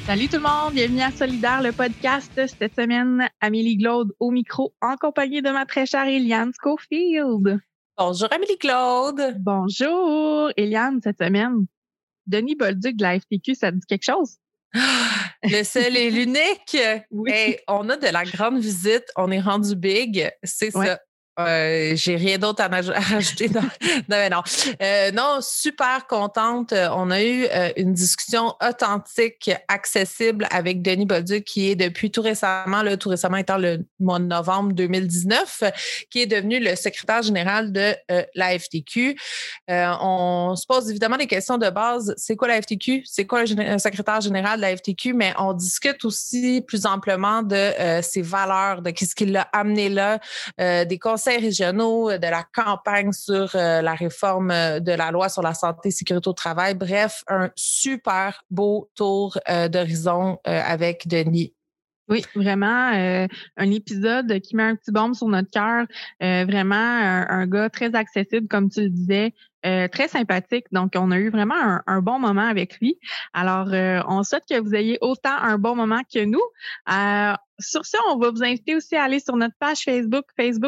Salut tout le monde, bienvenue à Solidaire, le podcast. Cette semaine, Amélie Claude au micro, en compagnie de ma très chère Eliane Schofield. Bonjour Amélie-Claude. Bonjour Eliane, cette semaine, Denis Bolduc de la FTQ, ça te dit quelque chose? Le seul et l'unique. Oui. Hey, on a de la grande visite, on est rendu big, c'est Ouais. ça. J'ai rien d'autre à rajouter. Non, super contente. On a eu une discussion authentique, accessible avec Denis Bolduc, qui est depuis tout récemment étant le mois de novembre 2019, qui est devenu le secrétaire général de la FTQ. On se pose évidemment des questions de base. C'est quoi la FTQ? C'est quoi le secrétaire général de la FTQ? Mais on discute aussi plus amplement de ses valeurs, de qu'est-ce qui l'a amené là, des conseils régionaux, de la campagne sur la réforme de la loi sur la santé et sécurité au travail. Bref, un super beau tour d'horizon avec Denis. Oui, vraiment, un épisode qui met un petit baume sur notre cœur. Vraiment, un gars très accessible, comme tu le disais, très sympathique. Donc, on a eu vraiment un bon moment avec lui. Alors, on souhaite que vous ayez autant un bon moment que nous. Sur ce, on va vous inviter aussi à aller sur notre page Facebook,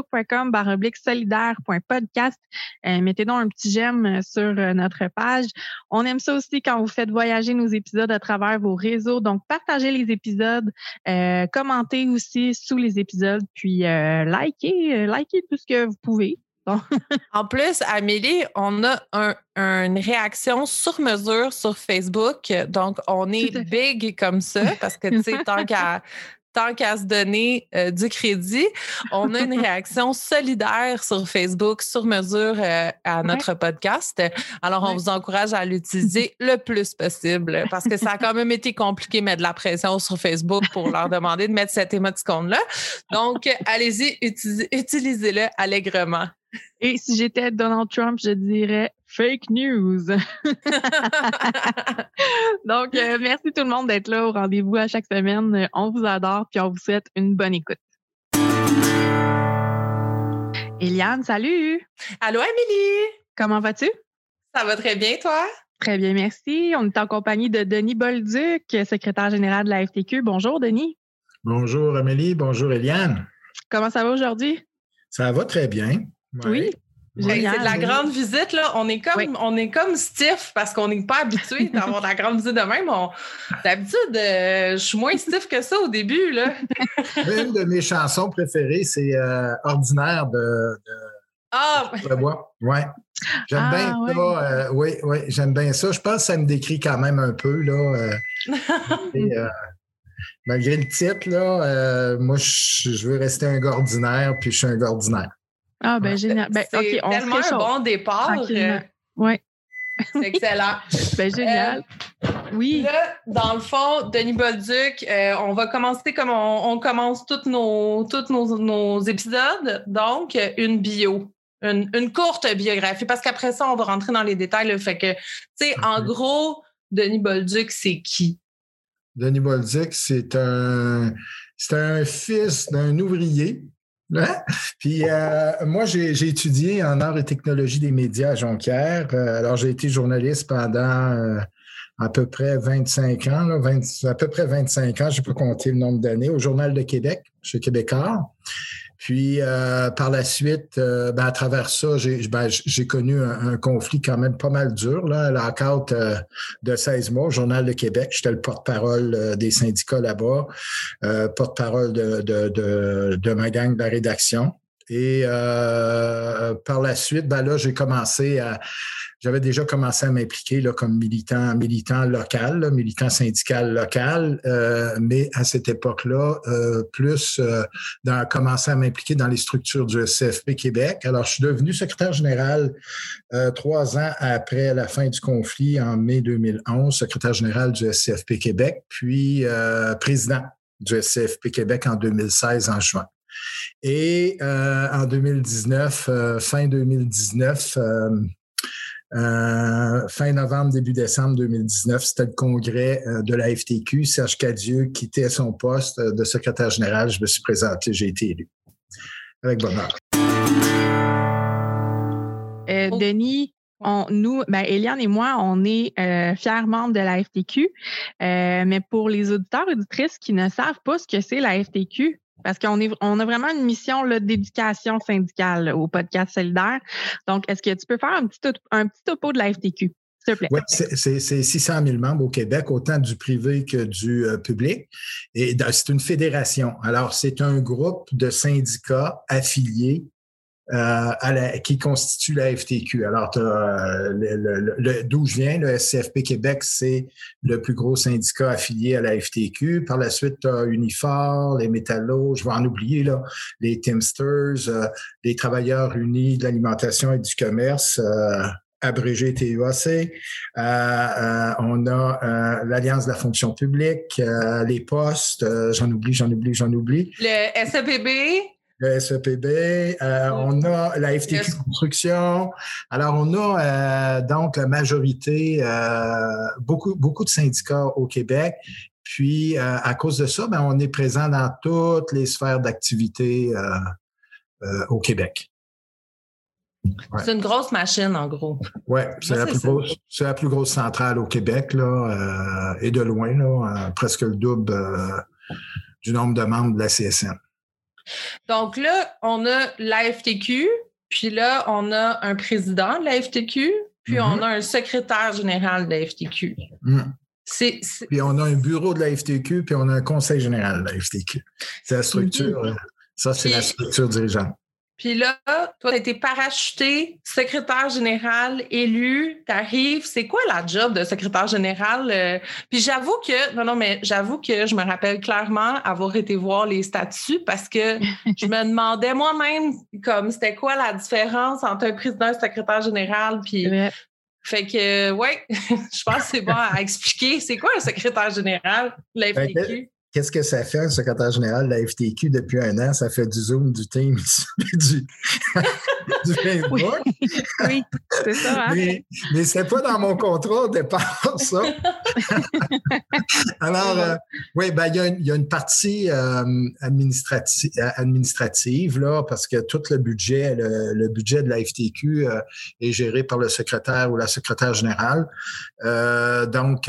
facebook.com/solidaire.podcast. Mettez donc un petit j'aime sur notre page. On aime ça aussi quand vous faites voyager nos épisodes à travers vos réseaux. Donc, partagez les épisodes, commentez aussi sous les épisodes, puis likez tout ce que vous pouvez. Bon. En plus, Amélie, on a une réaction sur mesure sur Facebook. Donc, on est big comme ça parce que, tu sais, tant qu'à se donner du crédit, on a une réaction solidaire sur Facebook, sur mesure à notre podcast. Alors, on vous encourage à l'utiliser le plus possible parce que ça a quand même été compliqué de mettre de la pression sur Facebook pour leur demander de mettre cet émoticône-là. Donc, allez-y, utilisez-le allègrement. Et si j'étais Donald Trump, je dirais fake news. Donc, merci tout le monde d'être là au rendez-vous à chaque semaine. On vous adore puis on vous souhaite une bonne écoute. Eliane, salut! Allô, Amélie! Comment vas-tu? Ça va très bien, toi? Très bien, merci. On est en compagnie de Denis Bolduc, secrétaire général de la FTQ. Bonjour, Denis. Bonjour, Amélie. Bonjour, Eliane. Comment ça va aujourd'hui? Ça va très bien. Ouais. Oui. Génial. C'est de la grande visite, là. On est comme stiff parce qu'on n'est pas habitué d'avoir de la grande visite de même. D'habitude, je suis moins stiff que ça au début, là. Une de mes chansons préférées, c'est Ordinaire de Bois. Ouais. J'aime bien ça. Oui, j'aime bien ça. Je pense que ça me décrit quand même un peu, là. Malgré le titre, là, moi, je veux rester un gars ordinaire, puis je suis un gars ordinaire. Ah, ben génial. Ben, c'est tellement un bon départ. Oui. C'est excellent. Ben génial. Oui. Là, dans le fond, Denis Bolduc, on va commencer comme on commence tous nos épisodes. Donc, une bio. Une courte biographie. Parce qu'après ça, on va rentrer dans les détails. Là, fait que, tu sais, en gros, Denis Bolduc, c'est qui? Denis Bolduc, c'est un fils d'un ouvrier. Hein? Puis moi, j'ai étudié en arts et technologies des médias à Jonquière. Alors, j'ai été journaliste pendant à peu près 25 ans. Là, à peu près 25 ans, je n'ai pas compté le nombre d'années, au Journal de Québec, chez Québécois. Puis, par la suite, à travers ça, j'ai connu un conflit quand même pas mal dur, là, lockout de 16 mois au Journal de Québec. J'étais le porte-parole des syndicats là-bas, porte-parole de ma gang de la rédaction. Et par la suite, là, j'avais déjà commencé à m'impliquer là, comme militant local, là, militant syndical local, mais à cette époque-là, commencé à m'impliquer dans les structures du SCFP Québec. Alors, je suis devenu secrétaire général 3 ans après la fin du conflit, en mai 2011, secrétaire général du SCFP Québec, puis président du SCFP Québec en 2016, en juin. Et en 2019, fin 2019, fin novembre, début décembre 2019, c'était le congrès de la FTQ. Serge Cadieux quittait son poste de secrétaire général. Je me suis présenté, j'ai été élu. Avec bonheur. Denis, Éliane et moi, on est fiers membres de la FTQ. Mais pour les auditeurs et auditrices qui ne savent pas ce que c'est la FTQ, parce qu'on a vraiment une mission là, d'éducation syndicale là, au podcast solidaire. Donc, est-ce que tu peux faire un petit topo de la FTQ, s'il te plaît? Oui, c'est 600 000 membres au Québec, autant du privé que du public. Et c'est une fédération. Alors, c'est un groupe de syndicats affiliés qui constitue la FTQ. Alors, d'où je viens, le SCFP Québec, c'est le plus gros syndicat affilié à la FTQ. Par la suite, tu as Unifor, les Métallos, je vais en oublier, là, les Teamsters, les Travailleurs unis de l'alimentation et du commerce, abrégé TUAC. On a l'Alliance de la fonction publique, les postes, j'en oublie. Le SEPB. Le SEPB, on a la FTQ Construction. Alors, on a donc la majorité, beaucoup de syndicats au Québec. Puis, à cause de ça, on est présent dans toutes les sphères d'activité au Québec. Ouais. C'est une grosse machine, en gros. Oui, c'est la plus grosse centrale au Québec, là, et de loin, là, presque le double du nombre de membres de la CSN. Donc là, on a la FTQ, puis là, on a un président de la FTQ, puis on a un secrétaire général de la FTQ. Puis on a un bureau de la FTQ, puis on a un conseil général de la FTQ. C'est la structure, ça, c'est la structure dirigeante. Puis là, toi, tu as été parachuté, secrétaire général, élu, t'arrives. C'est quoi la job de secrétaire général? Puis j'avoue que je me rappelle clairement avoir été voir les statuts parce que je me demandais moi-même comme c'était quoi la différence entre un président et un secrétaire général. Puis fait que, je pense que c'est bon à expliquer. C'est quoi un secrétaire général de la FTQ? Qu'est-ce que ça fait, un secrétaire général de la FTQ depuis un an? Ça fait du Zoom, du Teams, du Facebook. Oui, c'est ça. Hein? Mais c'est pas dans mon contrat au départ, ça. Alors, il y a une partie administrative, là, parce que tout le budget de la FTQ est géré par le secrétaire ou la secrétaire générale. Donc,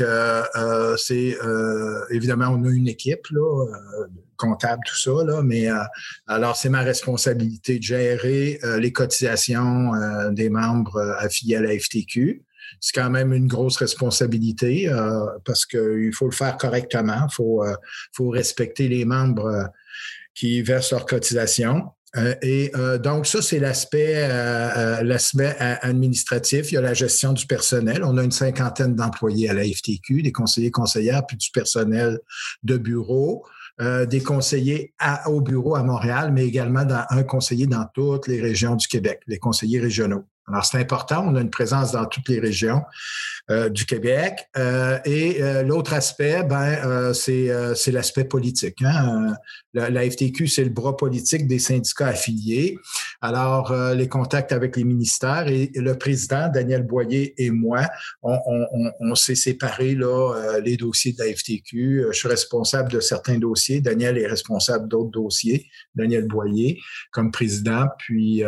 évidemment, on a une équipe, là, comptable, tout ça, là, mais alors c'est ma responsabilité de gérer les cotisations des membres affiliés à la FTQ. C'est quand même une grosse responsabilité parce qu'il faut le faire correctement. Il faut respecter les membres qui versent leurs cotisations. Donc, ça, c'est l'aspect administratif. Il y a la gestion du personnel. On a une 50aine d'employés à la FTQ, des conseillers, conseillères, puis du personnel de bureau, des conseillers au bureau à Montréal, mais également un conseiller dans toutes les régions du Québec, les conseillers régionaux. Alors, c'est important. On a une présence dans toutes les régions du Québec. Et l'autre aspect, c'est l'aspect politique. Hein? La FTQ, c'est le bras politique des syndicats affiliés. Alors, les contacts avec les ministères et le président, Daniel Boyer, et moi, on s'est séparés là, les dossiers de la FTQ. Je suis responsable de certains dossiers. Daniel est responsable d'autres dossiers. Daniel Boyer, comme président. Puis...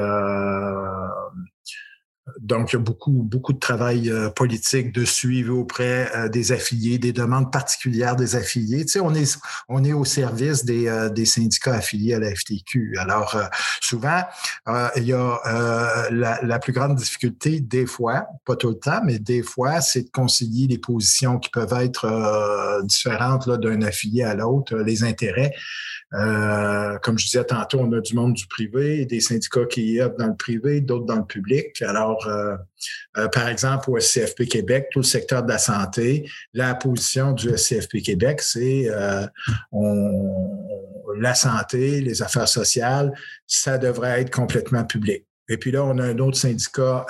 donc, il y a beaucoup de travail politique de suivi auprès des affiliés, des demandes particulières des affiliés. Tu sais, on est au service des syndicats affiliés à la FTQ. Alors, souvent, il y a la plus grande difficulté, des fois, pas tout le temps, mais des fois, c'est de concilier les positions qui peuvent être différentes là, d'un affilié à l'autre, les intérêts. Comme je disais tantôt, on a du monde du privé, des syndicats qui œuvrent dans le privé, d'autres dans le public. Alors, par exemple, au SCFP Québec, tout le secteur de la santé, la position du SCFP Québec, c'est la santé, les affaires sociales, ça devrait être complètement public. Et puis là, on a un autre syndicat,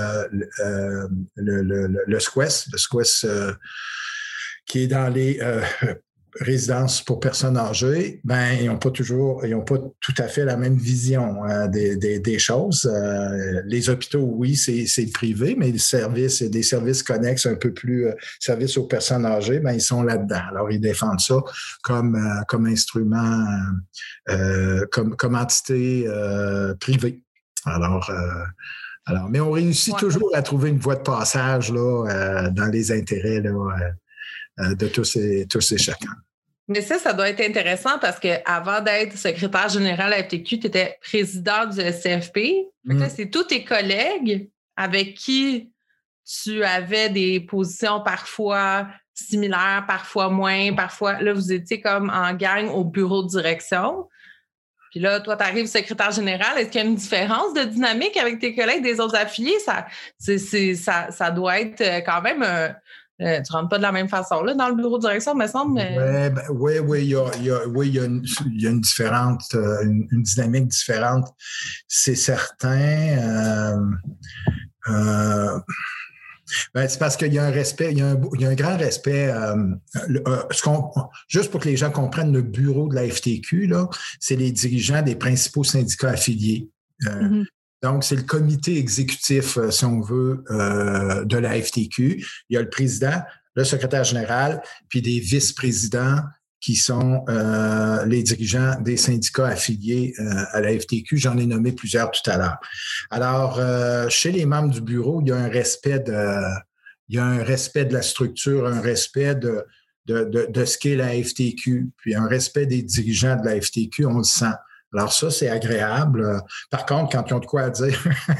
le SQUES, qui est dans les résidences pour personnes âgées, ils n'ont pas tout à fait la même vision des choses. Les hôpitaux, oui, c'est privé, mais des services connexes un peu plus services aux personnes âgées, ils sont là-dedans. Alors, ils défendent ça comme instrument, comme entité privée. Alors, Alors, mais on réussit toujours à trouver une voie de passage là, dans les intérêts là, de tous et chacun. Mais ça doit être intéressant parce qu'avant d'être secrétaire général à la FTQ, tu étais président du SCFP. Fait que là, c'est tous tes collègues avec qui tu avais des positions parfois similaires, parfois moins, parfois... Là, vous étiez comme en gang au bureau de direction. Puis là, toi, tu arrives secrétaire général. Est-ce qu'il y a une différence de dynamique avec tes collègues des autres affiliés? Ça doit être quand même... tu ne rentres pas de la même façon là, dans le bureau de direction, me semble. Oui, il y a une dynamique différente, c'est certain. C'est parce qu'il y a un respect, il y a un grand respect. Juste pour que les gens comprennent, le bureau de la FTQ, là, c'est les dirigeants des principaux syndicats affiliés. Donc, c'est le comité exécutif, si on veut, de la FTQ. Il y a le président, le secrétaire général, puis des vice-présidents qui sont les dirigeants des syndicats affiliés à la FTQ. J'en ai nommé plusieurs tout à l'heure. Alors, chez les membres du bureau, il y a un respect de la structure, un respect de ce qu'est la FTQ, puis un respect des dirigeants de la FTQ, on le sent. Alors ça, c'est agréable. Par contre, quand ils ont de quoi à dire,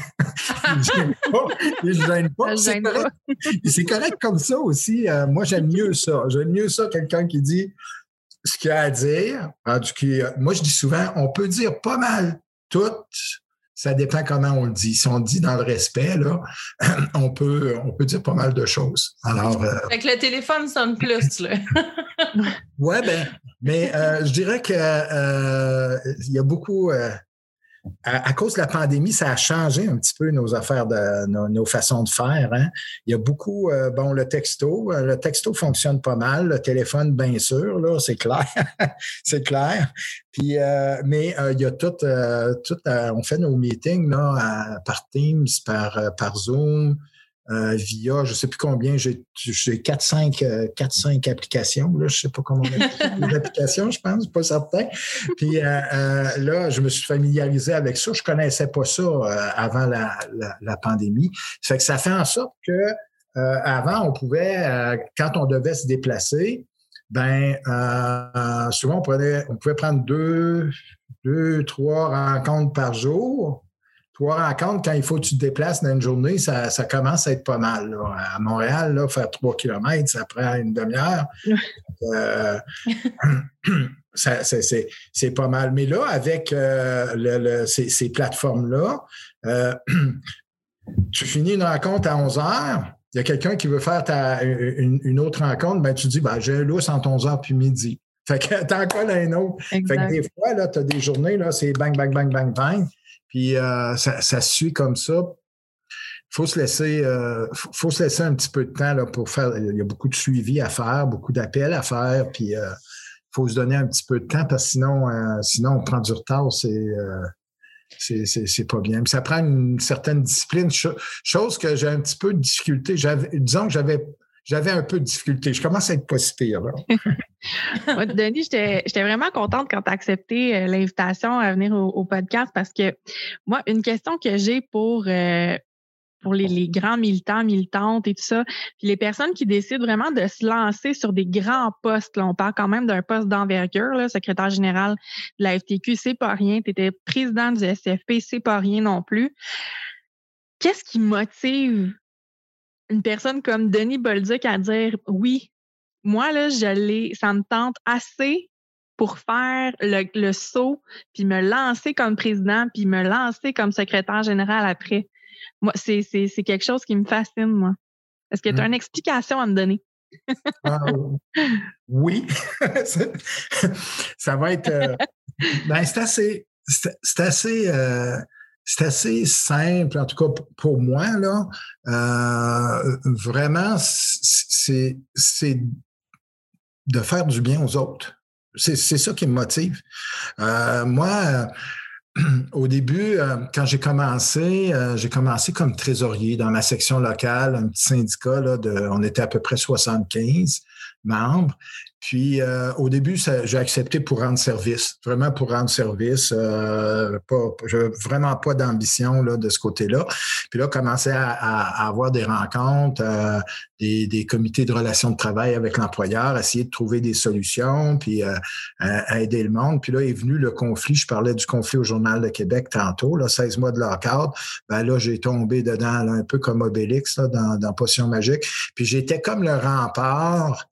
ils ne gênent pas. C'est correct comme ça aussi. Moi, j'aime mieux ça. J'aime mieux ça, quelqu'un qui dit ce qu'il a à dire. Moi, je dis souvent, on peut dire pas mal tout. Ça dépend comment on le dit. Si on le dit dans le respect, là, on peut dire pas mal de choses. Alors, fait que le téléphone sonne plus, là. Oui, mais je dirais que il y a beaucoup... à cause de la pandémie, ça a changé un petit peu nos affaires, nos façons de faire. Hein? Il y a beaucoup... le texto fonctionne pas mal. Le téléphone, bien sûr, là, c'est clair. C'est clair. Puis, mais il y a tout on fait nos meetings là, par Teams, par Zoom, via, je ne sais plus combien, j'ai 4-5 applications. Là, je ne sais pas comment on appelle les applications, je pense, pas certain. Puis là, je me suis familiarisé avec ça. Je ne connaissais pas ça avant la pandémie. Ça fait que ça fait en sorte que avant, on pouvait, quand on devait se déplacer, souvent, on pouvait prendre 2-3 rencontres par jour. 3 rencontres, quand il faut que tu te déplaces dans une journée, ça commence à être pas mal. Là. À Montréal, là, faire 3 km, ça prend une demi-heure. C'est pas mal. Mais là, avec ces plateformes-là, tu finis une rencontre à 11 heures, il y a quelqu'un qui veut faire une autre rencontre, tu dis, j'ai un lousse entre 11 heures puis midi. Fait que t'en colles un autre. Exact. Fait que des fois, là, tu as des journées, là, c'est bang, bang, bang, bang, bang. Puis ça se suit comme ça. Faut se laisser un petit peu de temps là, pour faire. Il y a beaucoup de suivi à faire, beaucoup d'appels à faire. Puis il faut se donner un petit peu de temps parce que sinon on prend du retard. C'est pas bien. Puis ça prend une certaine discipline. Chose que j'ai un petit peu de difficulté. Disons que j'avais un peu de difficulté. Je commence à être pas si pire, là. Moi, Denis, j'étais vraiment contente quand tu as accepté l'invitation à venir au podcast parce que moi, une question que j'ai pour les grands militants, militantes et tout ça, puis les personnes qui décident vraiment de se lancer sur des grands postes, là, on parle quand même d'un poste d'envergure, là, secrétaire général de la FTQ, c'est pas rien. Tu étais président du SCFP, c'est pas rien non plus. Qu'est-ce qui motive une personne comme Denis Bolduc à dire oui, moi, là, ça me tente assez pour faire le saut, puis me lancer comme président, puis me lancer comme secrétaire général après. Moi, c'est quelque chose qui me fascine, moi. Est-ce que tu as une explication à me donner? Oui. Ça va être... c'est assez simple, en tout cas pour moi, là. Vraiment, c'est de faire du bien aux autres. C'est ça qui me motive. Moi, au début, quand j'ai commencé comme trésorier dans ma section locale, un petit syndicat, là, on était à peu près 75 membres. Puis, au début, j'ai accepté pour rendre service, vraiment pour rendre service. Vraiment pas d'ambition là, de ce côté-là. Puis là, commençais à avoir des rencontres, des comités de relations de travail avec l'employeur, essayer de trouver des solutions, puis à aider le monde. Puis là est venu le conflit. Je parlais du conflit au Journal de Québec tantôt, là, 16 mois de lockout. Ben là, j'ai tombé dedans là, un peu comme Obélix là, dans Potion magique. Puis j'étais comme le rempart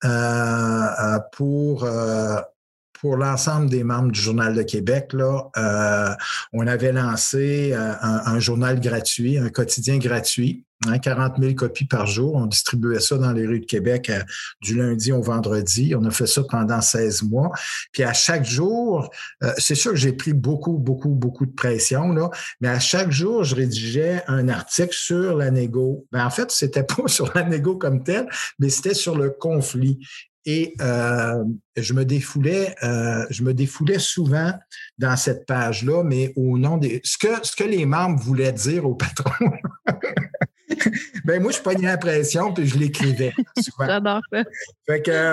pour l'ensemble des membres du Journal de Québec. Là, on avait lancé un journal gratuit, un quotidien gratuit, 40 000 copies par jour. On distribuait ça dans les rues de Québec du lundi au vendredi. On a fait ça pendant 16 mois. Puis à chaque jour, c'est sûr que j'ai pris beaucoup de pression, là, mais à chaque jour, je rédigeais un article sur la négo. Ben, en fait, c'était pas sur la négo comme telle, mais c'était sur le conflit. Et je me défoulais souvent dans cette page-là, mais au nom des... Ce que les membres voulaient dire au patron... Ben moi, je pognais la pression puis je l'écrivais souvent. J'adore ça. Fait que,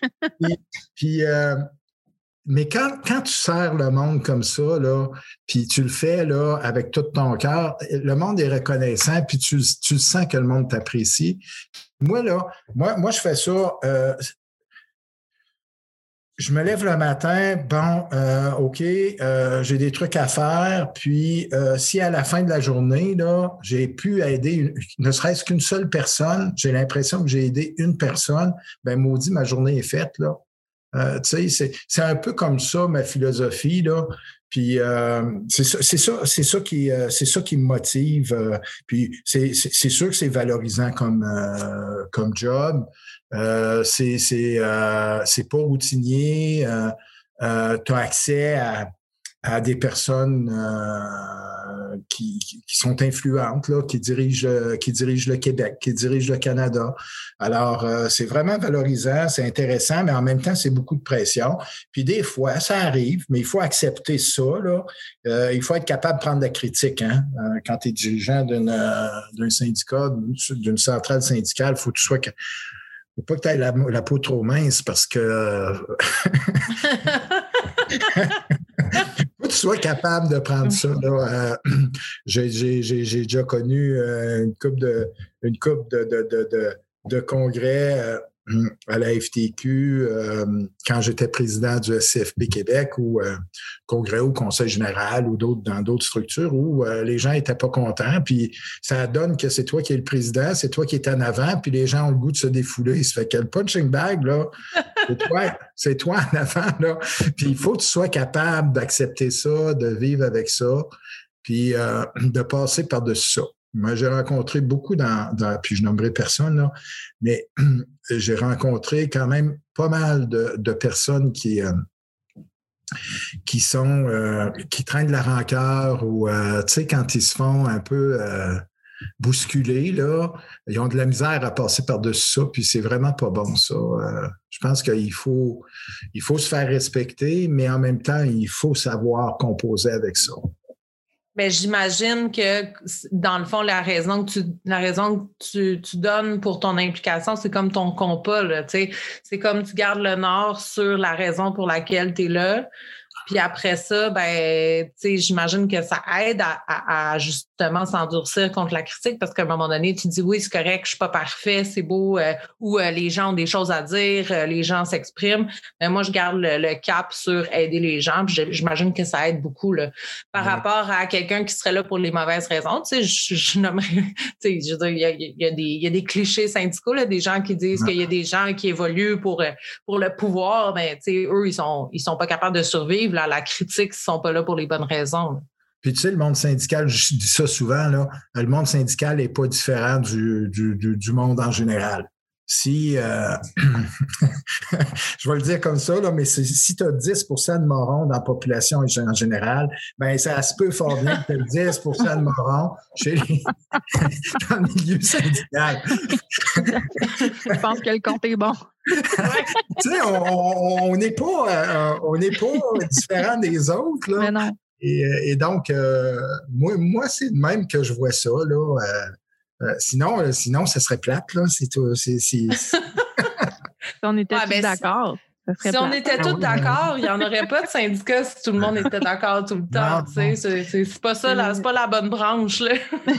mais quand tu sers le monde comme ça, là, puis tu le fais là, avec tout ton cœur, le monde est reconnaissant, puis tu sens que le monde t'apprécie. Moi, je fais ça... je me lève le matin, OK, j'ai des trucs à faire, puis si à la fin de la journée, là, j'ai pu aider ne serait-ce qu'une seule personne, j'ai l'impression que j'ai aidé une personne, ben maudit, ma journée est faite, là. Tu sais, c'est un peu comme ça, ma philosophie, là. Puis c'est ça qui me motive. Puis c'est sûr que c'est valorisant comme job. C'est pas routinier. Tu as accès à des personnes qui sont influentes, là, qui dirigent le Québec, qui dirigent le Canada. Alors, c'est vraiment valorisant, c'est intéressant, mais en même temps, c'est beaucoup de pression. Puis des fois, ça arrive, mais il faut accepter ça, là. Il faut être capable de prendre la critique, hein. Quand tu es dirigeant d'un syndicat, d'une centrale syndicale, il faut que tu sois... Faut pas que tu aies la peau trop mince parce que... Faut que tu sois capable de prendre ça. Là. J'ai déjà connu une couple de congrès à la FTQ quand j'étais président du SCFP Québec ou congrès au Conseil général ou dans d'autres structures où les gens n'étaient pas contents. Puis ça donne que c'est toi qui es le président, c'est toi qui es en avant, puis les gens ont le goût de se défouler. Ça fait que le punching bag, là, c'est toi en avant. Là. Puis il faut que tu sois capable d'accepter ça, de vivre avec ça, puis de passer par-dessus ça. Moi, j'ai rencontré beaucoup puis je nommerai personne, là, mais j'ai rencontré quand même pas mal de personnes qui traînent de la rancœur ou, tu sais, quand ils se font un peu bousculer, là, ils ont de la misère à passer par-dessus ça, puis c'est vraiment pas bon, ça. Je pense qu'il faut se faire respecter, mais en même temps, il faut savoir composer avec ça. Bien, j'imagine que, dans le fond, la raison que tu donnes pour ton implication, c'est comme ton compas, là, tu sais. C'est comme tu gardes le nord sur la raison pour laquelle tu es là. Puis après ça, ben, tu sais, j'imagine que ça aide à justement s'endurcir contre la critique parce qu'à un moment donné, tu dis oui, c'est correct, je suis pas parfait, c'est beau, ou les gens ont des choses à dire, les gens s'expriment. Mais moi, je garde le cap sur aider les gens. Puis j'imagine que ça aide beaucoup là. Par rapport à quelqu'un qui serait là pour les mauvaises raisons. Tu sais, je nommerais, tu sais, je veux dire, il y a des clichés syndicaux là, des gens qui disent qu'il y a des gens qui évoluent pour le pouvoir. Ben, tu sais, eux, ils sont pas capables de survivre. Là, la critique, ils sont pas là pour les bonnes raisons. Puis tu sais, le monde syndical, je dis ça souvent, là, le monde syndical n'est pas différent du monde en général. Si, je vais le dire comme ça, là, mais si tu as 10 de morons dans la population en général, ben ça se peut fort bien que tu aies 10 de morons dans le milieu syndical. Je pense que le compte est bon. Tu sais, on n'est pas différent des autres. Là. Mais non. Et donc, moi, c'est de même que je vois ça. Là, sinon, ça serait plate. Là. C'est tout. on était tous d'accord. Si on était tous d'accord, il n'y en aurait pas de syndicat si tout le monde était d'accord tout le temps. C'est pas ça, c'est pas la bonne branche. Là.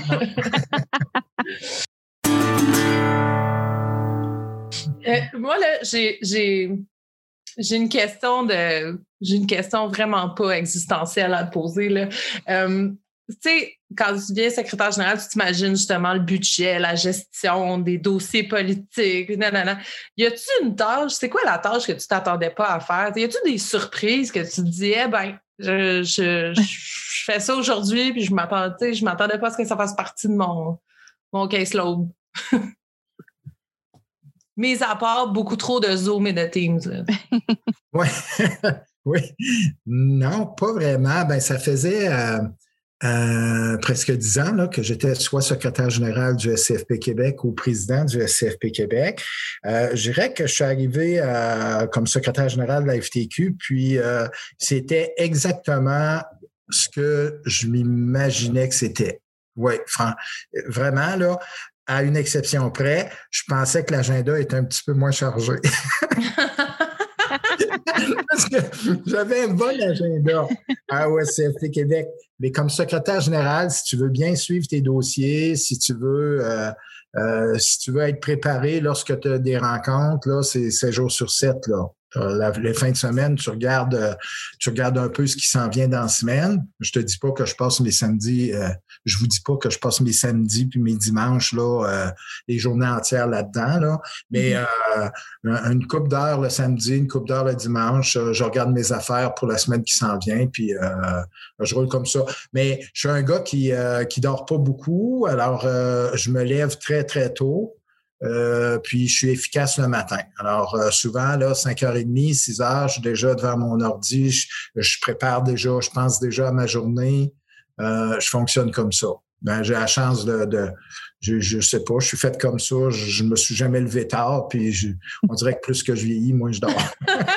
Moi, là, j'ai une question vraiment pas existentielle à te poser. Là. Tu sais, quand tu deviens secrétaire général, tu t'imagines justement le budget, la gestion des dossiers politiques, nanana. Y a-tu une tâche? C'est quoi la tâche que tu t'attendais pas à faire? Y a-tu des surprises que tu te disais, je fais ça aujourd'hui, puis je m'attendais pas à ce que ça fasse partie de mon caseload. Mis à part beaucoup trop de Zoom et de Teams. Oui. Oui. Non, pas vraiment. Ben, ça faisait presque 10 ans là, que j'étais soit secrétaire général du SCFP Québec ou président du SCFP Québec. Je dirais que je suis arrivé comme secrétaire général de la FTQ, puis c'était exactement ce que je m'imaginais que c'était. Oui, vraiment, là, à une exception près, je pensais que l'agenda était un petit peu moins chargé. Parce que j'avais un bon agenda à OSCFP Québec. Mais comme secrétaire général, si tu veux bien suivre tes dossiers, si tu veux être préparé lorsque tu as des rencontres, là, c'est 7 jours sur 7, là. Les fins de semaine, tu regardes un peu ce qui s'en vient dans la semaine. Je te dis pas que je passe mes samedis, je vous dis pas que je passe mes samedis puis mes dimanches là, les journées entières là-dedans, là. Mais une couple d'heures le samedi, une couple d'heures le dimanche, je regarde mes affaires pour la semaine qui s'en vient, puis je roule comme ça. Mais je suis un gars qui dort pas beaucoup, alors je me lève très, très tôt. Puis je suis efficace le matin. Alors souvent, là, 5h30, 6h, je suis déjà devant mon ordi, je prépare déjà, je pense déjà à ma journée. Je fonctionne comme ça. Ben, j'ai la chance je sais pas, je suis fait comme ça, je me suis jamais levé tard, puis on dirait que plus que je vieillis, moins je dors.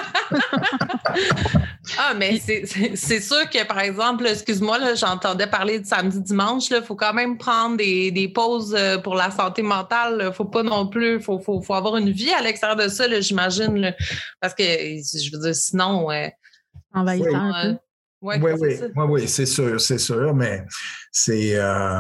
Ah, mais c'est sûr que, par exemple, excuse-moi, là, j'entendais parler de samedi-dimanche, il faut quand même prendre des pauses pour la santé mentale. Faut pas non plus, faut avoir une vie à l'extérieur de ça, là, j'imagine. Là, parce que, je veux dire, sinon... envahissant un peu. Oui, c'est sûr, mais c'est...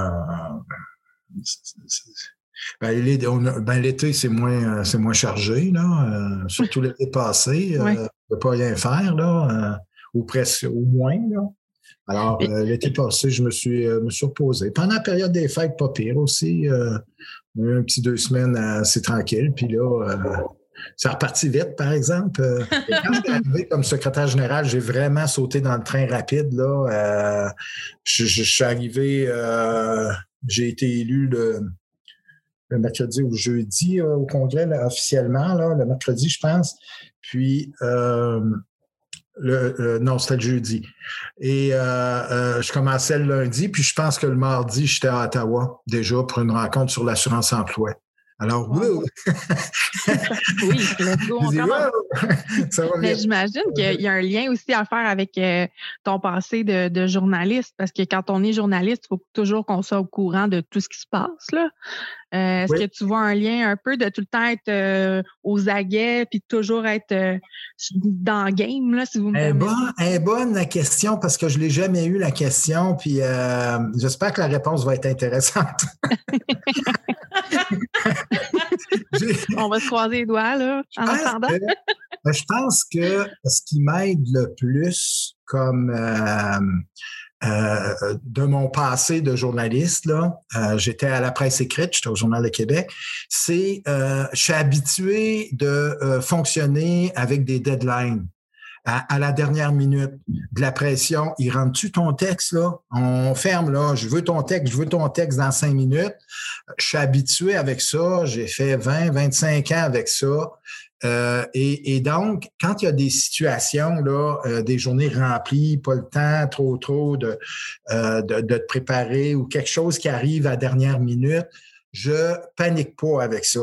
l'été, c'est moins chargé, là. Surtout l'été passé, on ne peut pas rien faire, là, ou presque, au moins, là. Alors, l'été passé, je me suis reposé. Pendant la période des fêtes, pas pire aussi. On a eu un petit 2 semaines assez tranquille, puis là... ça a reparti vite, par exemple. Et quand je suis arrivé comme secrétaire général, j'ai vraiment sauté dans le train rapide, là. Je suis arrivé... j'ai été élu le mercredi ou le jeudi au congrès, là, officiellement, là, le mercredi, je pense. Puis, non, c'était le jeudi. Et je commençais le lundi, puis je pense que le mardi, j'étais à Ottawa, déjà, pour une rencontre sur l'assurance-emploi. Alors, wow. Oui, on commence. Mais j'imagine qu'il y a un lien aussi à faire avec ton passé de journaliste, parce que quand on est journaliste, il faut toujours qu'on soit au courant de tout ce qui se passe, là. Est-ce que tu vois un lien un peu de tout le temps être aux aguets puis toujours être dans le game, là, si vous me permettez? Bonne la question, parce que je ne l'ai jamais eu, la question, puis j'espère que la réponse va être intéressante. On va se croiser les doigts, là, en attendant. Je pense que ce qui m'aide le plus comme de mon passé de journaliste, là, j'étais à la presse écrite, j'étais au Journal de Québec, je suis habitué de fonctionner avec des deadlines. À la dernière minute, de la pression. Il rentre-tu ton texte, là? On ferme, là. Je veux ton texte dans 5 minutes. Je suis habitué avec ça. J'ai fait 20, 25 ans avec ça. Et donc, quand il y a des situations, là, des journées remplies, pas le temps, trop de te préparer ou quelque chose qui arrive à la dernière minute, je panique pas avec ça.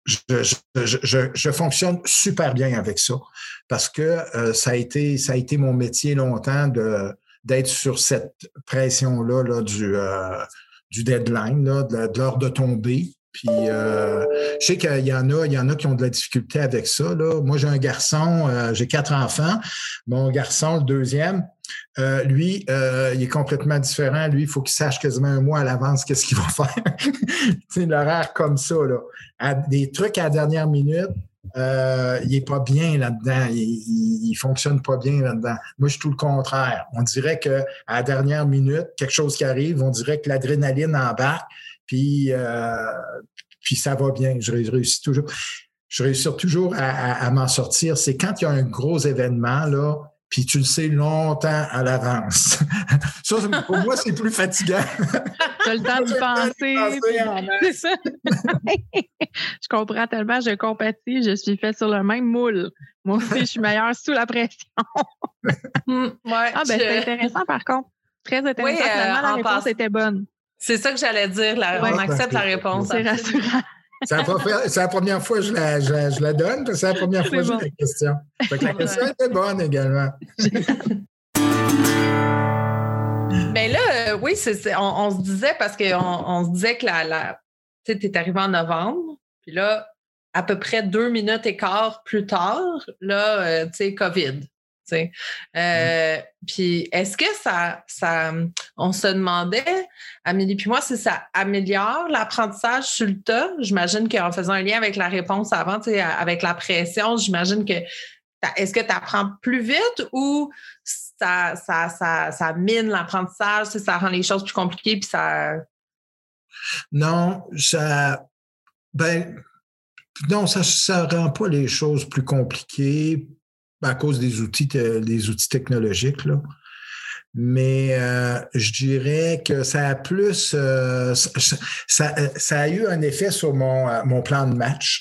Je fonctionne super bien avec ça parce que ça a été mon métier longtemps d'être sur cette pression-là là, du deadline, là, de l'heure de tomber. Puis je sais qu'il y en a qui ont de la difficulté avec ça. Là. Moi, j'ai un garçon, j'ai 4 enfants. Mon garçon, le deuxième, lui, il est complètement différent. Lui, il faut qu'il sache quasiment un mois à l'avance qu'est-ce qu'il va faire. C'est l'horaire comme ça, là. Des trucs à la dernière minute, il est pas bien là-dedans. Il fonctionne pas bien là-dedans. Moi, je suis tout le contraire. On dirait qu'à la dernière minute, quelque chose qui arrive, on dirait que l'adrénaline embarque, puis ça va bien. Je réussis toujours à m'en sortir. C'est quand il y a un gros événement, là, puis tu le sais longtemps à l'avance. Ça, pour moi, c'est plus fatigant. Tu as le temps de penser. C'est ça. Je comprends tellement, je compatis, je suis faite sur le même moule. Moi aussi, je suis meilleure sous la pression. C'est intéressant par contre. Très intéressant. Oui, finalement, la réponse était bonne. C'est ça que j'allais dire. On accepte la réponse. C'est rassurant. C'est la première fois que je la donne, parce que c'est la première fois que j'ai la question. Fait que la question était bonne également. Mais là, oui, on se disait, parce qu'on se disait que tu es arrivé en novembre, puis là, à peu près 2 minutes et quart plus tard, là, tu sais, COVID. Puis est-ce que ça on se demandait, Amélie puis moi, si ça améliore l'apprentissage sur le tas? J'imagine qu'en faisant un lien avec la réponse avant, avec la pression, j'imagine que est-ce que tu apprends plus vite ou ça mine l'apprentissage, ça rend les choses plus compliquées puis ça... Non, ça rend pas les choses plus compliquées à cause des outils technologiques, là. Mais je dirais que ça a plus... ça a eu un effet sur mon plan de match.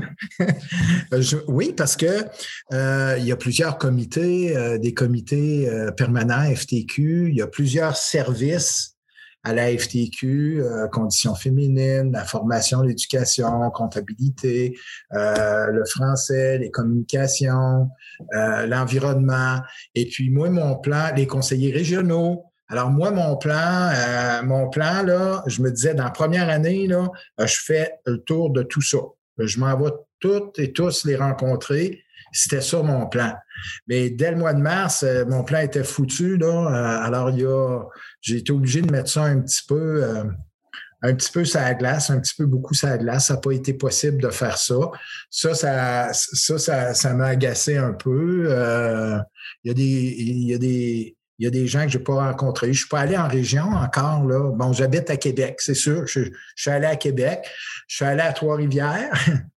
Oui, parce que il y a plusieurs comités, des comités permanents FTQ, il y a plusieurs services à la FTQ, conditions féminines, la formation, l'éducation, comptabilité, le français, les communications, l'environnement. Et puis moi, mon plan, les conseillers régionaux. Alors moi, mon plan, là, je me disais, dans la première année, là, je fais le tour de tout ça. Je m'en vais toutes et tous les rencontrer. C'était ça mon plan. Mais dès le mois de mars, mon plan était foutu, là. Alors, j'ai été obligé de mettre ça un petit peu sur la glace, beaucoup sur la glace. Ça n'a pas été possible de faire ça. Ça m'a agacé un peu. Il y a des gens que je n'ai pas rencontrés. Je ne suis pas allé en région encore, là. Bon, j'habite à Québec, c'est sûr. Je suis allé à Québec. Je suis allé à Trois-Rivières.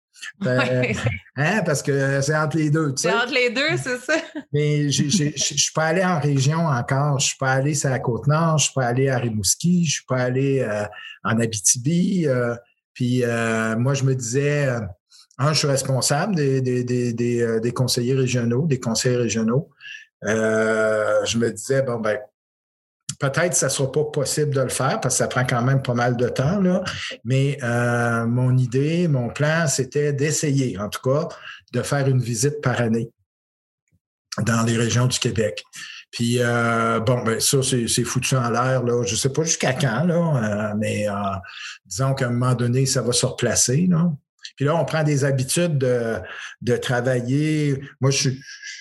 Parce que c'est entre les deux. Tu sais. C'est entre les deux, c'est ça. Mais je suis pas allé en région encore. Je suis pas allé sur la Côte-Nord. Je suis pas allé à Rimouski. Je suis pas allé en Abitibi. Puis moi, je me disais, je suis responsable des conseillers régionaux, des conseils régionaux. Je me disais, peut-être que ça ne sera pas possible de le faire parce que ça prend quand même pas mal de temps, là. Mais mon idée, mon plan, c'était d'essayer, en tout cas, de faire une visite par année dans les régions du Québec. Puis, ça, c'est foutu en l'air, là. Je ne sais pas jusqu'à quand, là, mais disons qu'à un moment donné, ça va se replacer, là. Puis là, on prend des habitudes de travailler. Moi, je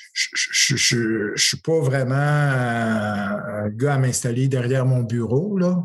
suis pas vraiment un gars à m'installer derrière mon bureau, là.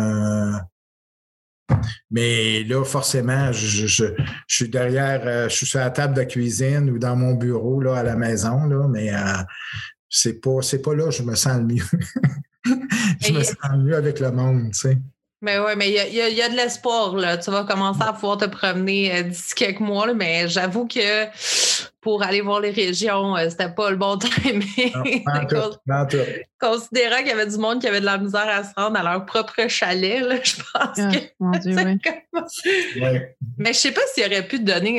Mais là, forcément, je suis derrière, je suis sur la table de cuisine ou dans mon bureau, là, à la maison, là, mais c'est pas là que je me sens le mieux. Je me sens le mieux avec le monde, tu sais. Mais oui, mais il y a de l'espoir, là. Tu vas commencer à pouvoir te promener d'ici quelques mois, là, mais j'avoue que pour aller voir les régions, c'était pas le bon timing. Non, Considérant qu'il y avait du monde qui avait de la misère à se rendre à leur propre chalet, là, je pense que... Mon Dieu, oui. Ouais. Mais je sais pas s'il aurait pu te donner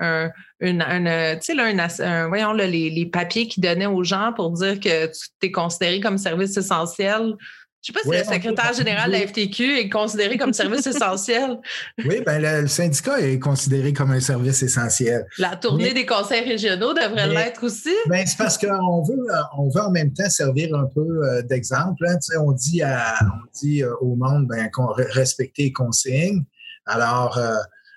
voyons, là, les papiers qu'il donnait aux gens pour dire que tu t'es considéré comme service essentiel. Je ne sais pas si le secrétaire général de la FTQ est considéré comme service essentiel. Oui, le syndicat est considéré comme un service essentiel. La tournée des conseils régionaux devrait l'être aussi. C'est parce qu'on veut en même temps servir un peu d'exemple. Hein. Tu sais, on dit au monde qu'on respecter les consignes. Alors,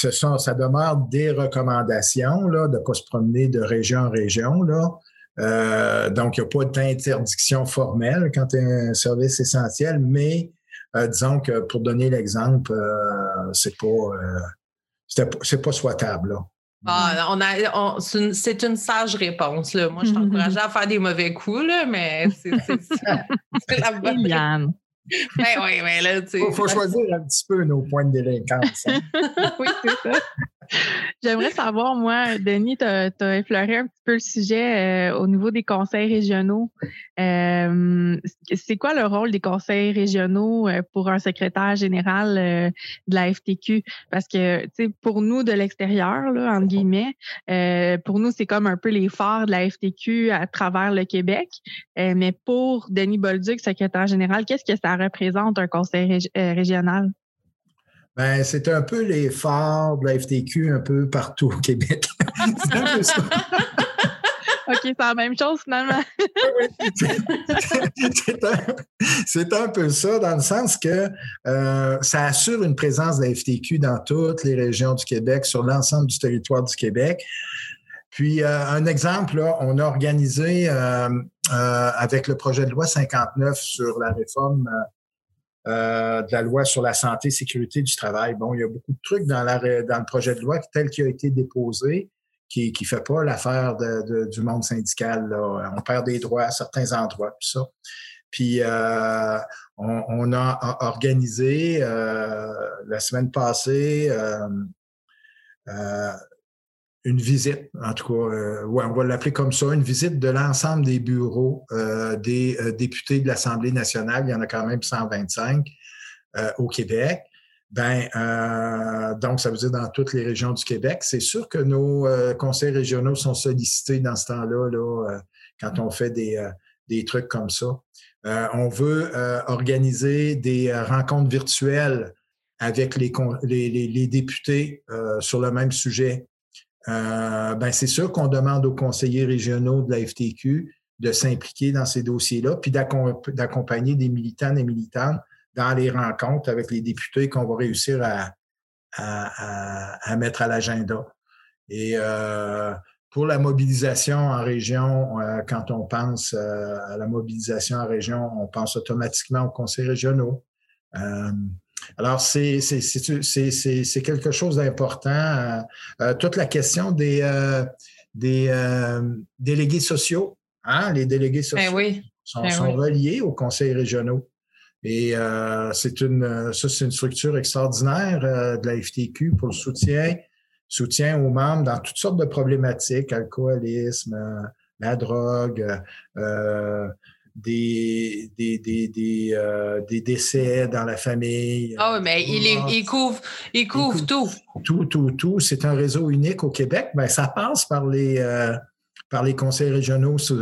ça demeure des recommandations, là, de ne pas se promener de région en région, là. Donc, il n'y a pas d'interdiction formelle quand tu es un service essentiel, mais disons que pour donner l'exemple, c'est pas souhaitable, là. C'est une sage réponse, là. Moi, je t'encourage à faire des mauvais coups, là, mais c'est la bonne réponse. Ben oui, mais là, tu sais. Il faut choisir un petit peu nos points de délinquance. Hein? Oui, c'est ça. J'aimerais savoir, moi, Denis, tu as effleuré un petit peu le sujet au niveau des conseils régionaux. C'est quoi le rôle des conseils régionaux pour un secrétaire général de la FTQ? Parce que, tu sais, pour nous, de l'extérieur, là, entre guillemets, pour nous, c'est comme un peu les phares de la FTQ à travers le Québec. Mais pour Denis Bolduc, secrétaire général, qu'est-ce que ça représente, un conseil régional? Ben, c'est un peu les phares de la FTQ un peu partout au Québec. C'est un peu ça. OK, c'est la même chose finalement. C'est un peu ça, dans le sens que ça assure une présence de la FTQ dans toutes les régions du Québec, sur l'ensemble du territoire du Québec. Puis, un exemple, là, on a organisé avec le projet de loi 59 sur la réforme de la loi sur la santé et sécurité du travail. Bon, il y a beaucoup de trucs dans le projet de loi tel qu'il a été déposé qui fait pas l'affaire du monde syndical, là. On perd des droits à certains endroits, tout ça. Puis, on a organisé la semaine passée une visite, en tout cas, ouais, on va l'appeler comme ça, une visite de l'ensemble des bureaux des députés de l'Assemblée nationale. Il y en a quand même 125 au Québec. Donc, ça veut dire dans toutes les régions du Québec. C'est sûr que nos conseils régionaux sont sollicités dans ce temps-là, là, quand on fait des trucs comme ça. On veut organiser des rencontres virtuelles avec les députés sur le même sujet. C'est sûr qu'on demande aux conseillers régionaux de la FTQ de s'impliquer dans ces dossiers-là, puis d'accompagner des militants et militantes dans les rencontres avec les députés qu'on va réussir à mettre à l'agenda. Et pour la mobilisation en région, quand on pense à la mobilisation en région, on pense automatiquement aux conseils régionaux. Alors, c'est quelque chose d'important. Toute la question des délégués sociaux, hein? Les délégués sociaux sont reliés aux conseils régionaux. Et c'est une structure extraordinaire de la FTQ pour le soutien aux membres dans toutes sortes de problématiques, alcoolisme, la drogue, des décès dans la famille. Ah oui, mais il couvre tout. Tout. C'est un réseau unique au Québec. Ben, ça passe par les conseils régionaux, ça.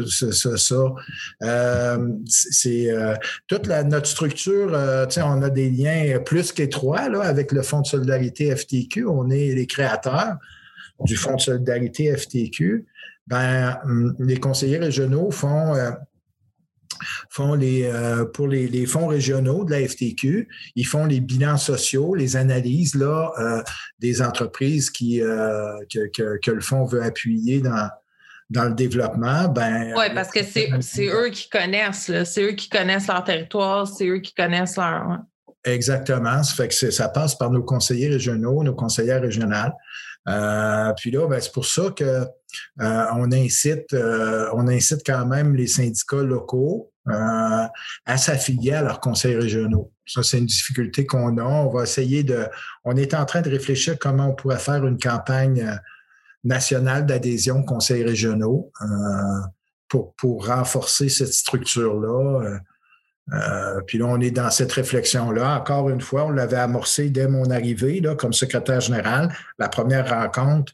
Toute notre structure, on a des liens plus qu'étroits là, avec le Fonds de solidarité FTQ. On est les créateurs du Fonds de solidarité FTQ. Les conseillers régionaux font pour les fonds régionaux de la FTQ, ils font les bilans sociaux, les analyses là, des entreprises que le fonds veut appuyer dans le développement. Oui, parce que c'est eux qui connaissent, là. C'est eux qui connaissent leur territoire, c'est eux qui connaissent leur... Ouais. Exactement. Ça fait que ça passe par nos conseillers régionaux, nos conseillères régionales. Puis là, c'est pour ça que on incite quand même les syndicats locaux à s'affilier à leurs conseils régionaux. Ça, c'est une difficulté qu'on a. On est en train de réfléchir comment on pourrait faire une campagne nationale d'adhésion aux conseils régionaux pour renforcer cette structure-là. Puis là, on est dans cette réflexion-là. Encore une fois, on l'avait amorcé dès mon arrivée là, comme secrétaire général. La première rencontre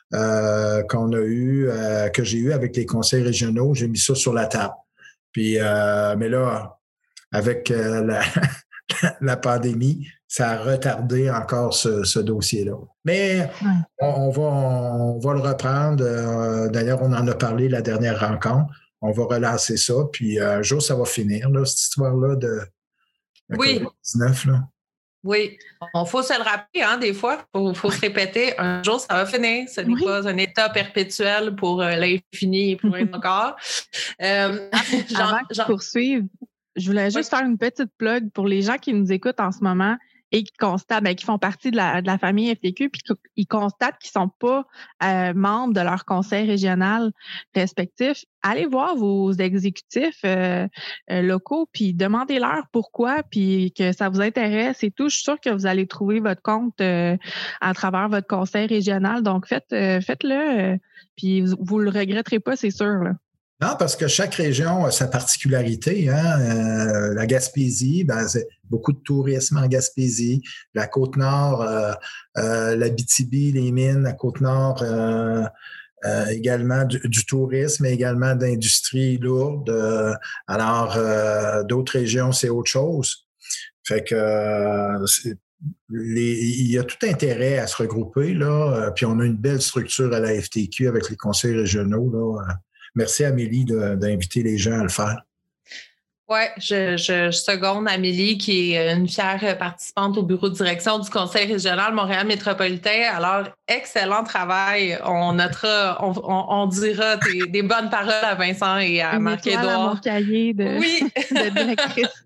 que j'ai eue avec les conseils régionaux, j'ai mis ça sur la table. Puis, mais là, avec la pandémie, ça a retardé encore ce dossier-là. Mais on va le reprendre. D'ailleurs, on en a parlé la dernière rencontre. On va relancer ça, puis un jour, ça va finir, là, cette histoire-là de COVID-19. Là. Oui, il faut se le rappeler, hein, des fois, il faut se répéter, un jour, ça va finir. Ce n'est pas un état perpétuel pour l'infini et pour encore. Avant que tu poursuives, je voulais juste faire une petite plug pour les gens qui nous écoutent en ce moment et qui constatent, qui font partie de la famille FTQ, puis qui constatent qu'ils sont pas membres de leur conseil régional respectif. Allez voir vos exécutifs locaux, puis demandez-leur pourquoi, puis que ça vous intéresse et tout. Je suis sûre que vous allez trouver votre compte à travers votre conseil régional. Donc, faites-le, puis vous le regretterez pas, c'est sûr, là. Non, parce que chaque région a sa particularité. Hein? La Gaspésie, c'est beaucoup de tourisme en Gaspésie. La Côte-Nord, l'Abitibi, les mines, la Côte-Nord, également du tourisme, mais également d'industrie lourde. Alors, d'autres régions, c'est autre chose. Fait que il y a tout intérêt à se regrouper, là. Puis on a une belle structure à la FTQ avec les conseils régionaux, là. Merci Amélie d'inviter les gens à le faire. Oui, je seconde Amélie, qui est une fière participante au bureau de direction du Conseil régional Montréal métropolitain. Alors, excellent travail. On notera, on dira des bonnes paroles à Vincent et à Marc-Édouard. À mon cahier de directrice.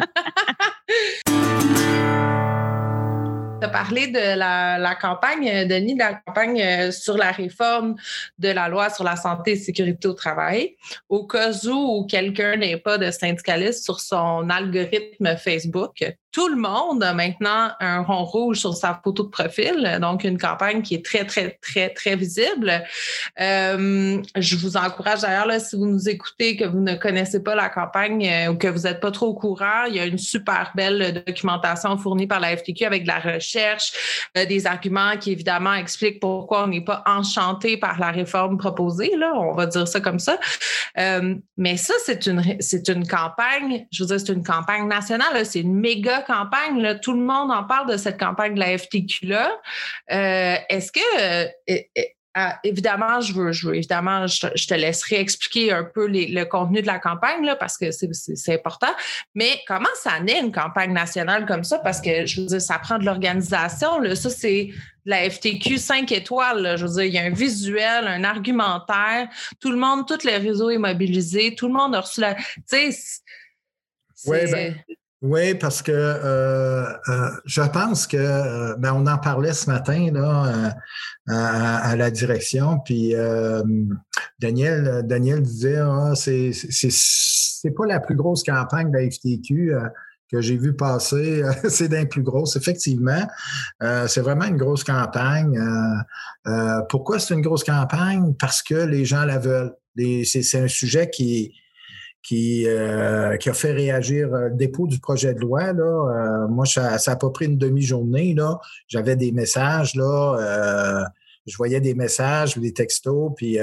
Tu as parlé de la campagne, Denis, de la campagne sur la réforme de la loi sur la santé et sécurité au travail. Au cas où quelqu'un n'est pas de syndicaliste sur son algorithme Facebook, tout le monde a maintenant un rond rouge sur sa photo de profil, donc une campagne qui est très, très, très, très visible. Je vous encourage d'ailleurs, là, si vous nous écoutez, que vous ne connaissez pas la campagne ou que vous n'êtes pas trop au courant, il y a une super belle documentation fournie par la FTQ avec de la recherche, des arguments qui évidemment expliquent pourquoi on n'est pas enchanté par la réforme proposée, là, on va dire ça comme ça. Mais ça, c'est une campagne, je veux dire, c'est une campagne nationale, là, c'est une méga campagne, là, tout le monde en parle de cette campagne de la FTQ-là. Est-ce que, évidemment, je te laisserai expliquer un peu le contenu de la campagne, là, parce que c'est important, mais comment ça naît une campagne nationale comme ça? Parce que, je veux dire, ça prend de l'organisation, là. Ça, c'est de la FTQ 5 étoiles, là. Je veux dire, il y a un visuel, un argumentaire, tout le réseau est mobilisé, tout le monde a reçu la... Tu sais, Oui, parce que je pense que on en parlait ce matin là à la direction, puis Daniel disait c'est pas la plus grosse campagne de la FTQ que j'ai vu passer, c'est d'un plus grosse. Effectivement, c'est vraiment une grosse campagne. Pourquoi c'est une grosse campagne? Parce que les gens la veulent. C'est un sujet qui a fait réagir le dépôt du projet de loi. Là. Moi, ça n'a pas pris une demi-journée. Là. J'avais des messages, là. Je voyais des messages, des textos, puis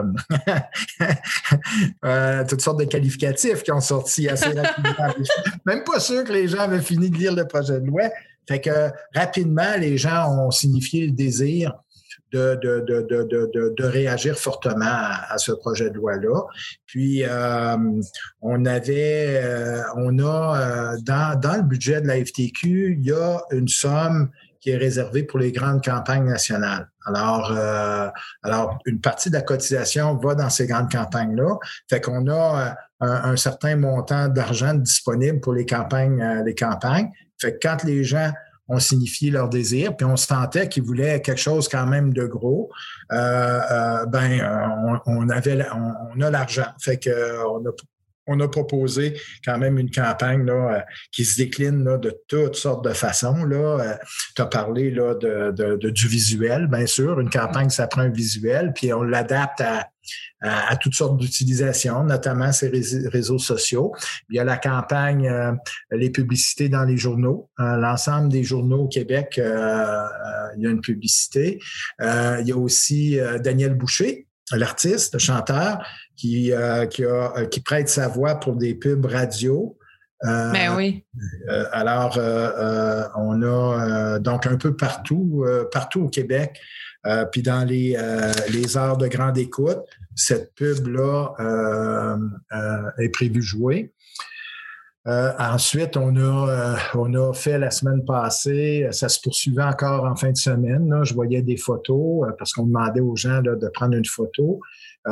toutes sortes de qualificatifs qui ont sorti assez rapidement. Je suis même pas sûr que les gens avaient fini de lire le projet de loi. Fait que rapidement, les gens ont signifié le désir de réagir fortement à ce projet de loi-là. Puis, on a dans le budget de la FTQ, il y a une somme qui est réservée pour les grandes campagnes nationales. Alors, une partie de la cotisation va dans ces grandes campagnes-là. Fait qu'on a un certain montant d'argent disponible pour les campagnes. Fait que quand les gens ont signifié leur désir, puis on sentait qu'ils voulaient quelque chose quand même de gros, on a l'argent. Fait que on a proposé quand même une campagne là, qui se décline là, de toutes sortes de façons. Tu as parlé là, du visuel, bien sûr. Une campagne, ça prend un visuel, puis on l'adapte à toutes sortes d'utilisations, notamment ces réseaux sociaux. Il y a la campagne, les publicités dans les journaux. L'ensemble des journaux au Québec, il y a une publicité. Il y a aussi Daniel Boucher, l'artiste, le chanteur, qui prête sa voix pour des pubs radio. Ben oui. Alors, on a donc un peu partout au Québec, puis dans les heures de grande écoute, cette pub-là est prévue jouer. Ensuite, on a fait la semaine passée, ça se poursuivait encore en fin de semaine. Là, je voyais des photos parce qu'on demandait aux gens là, de prendre une photo.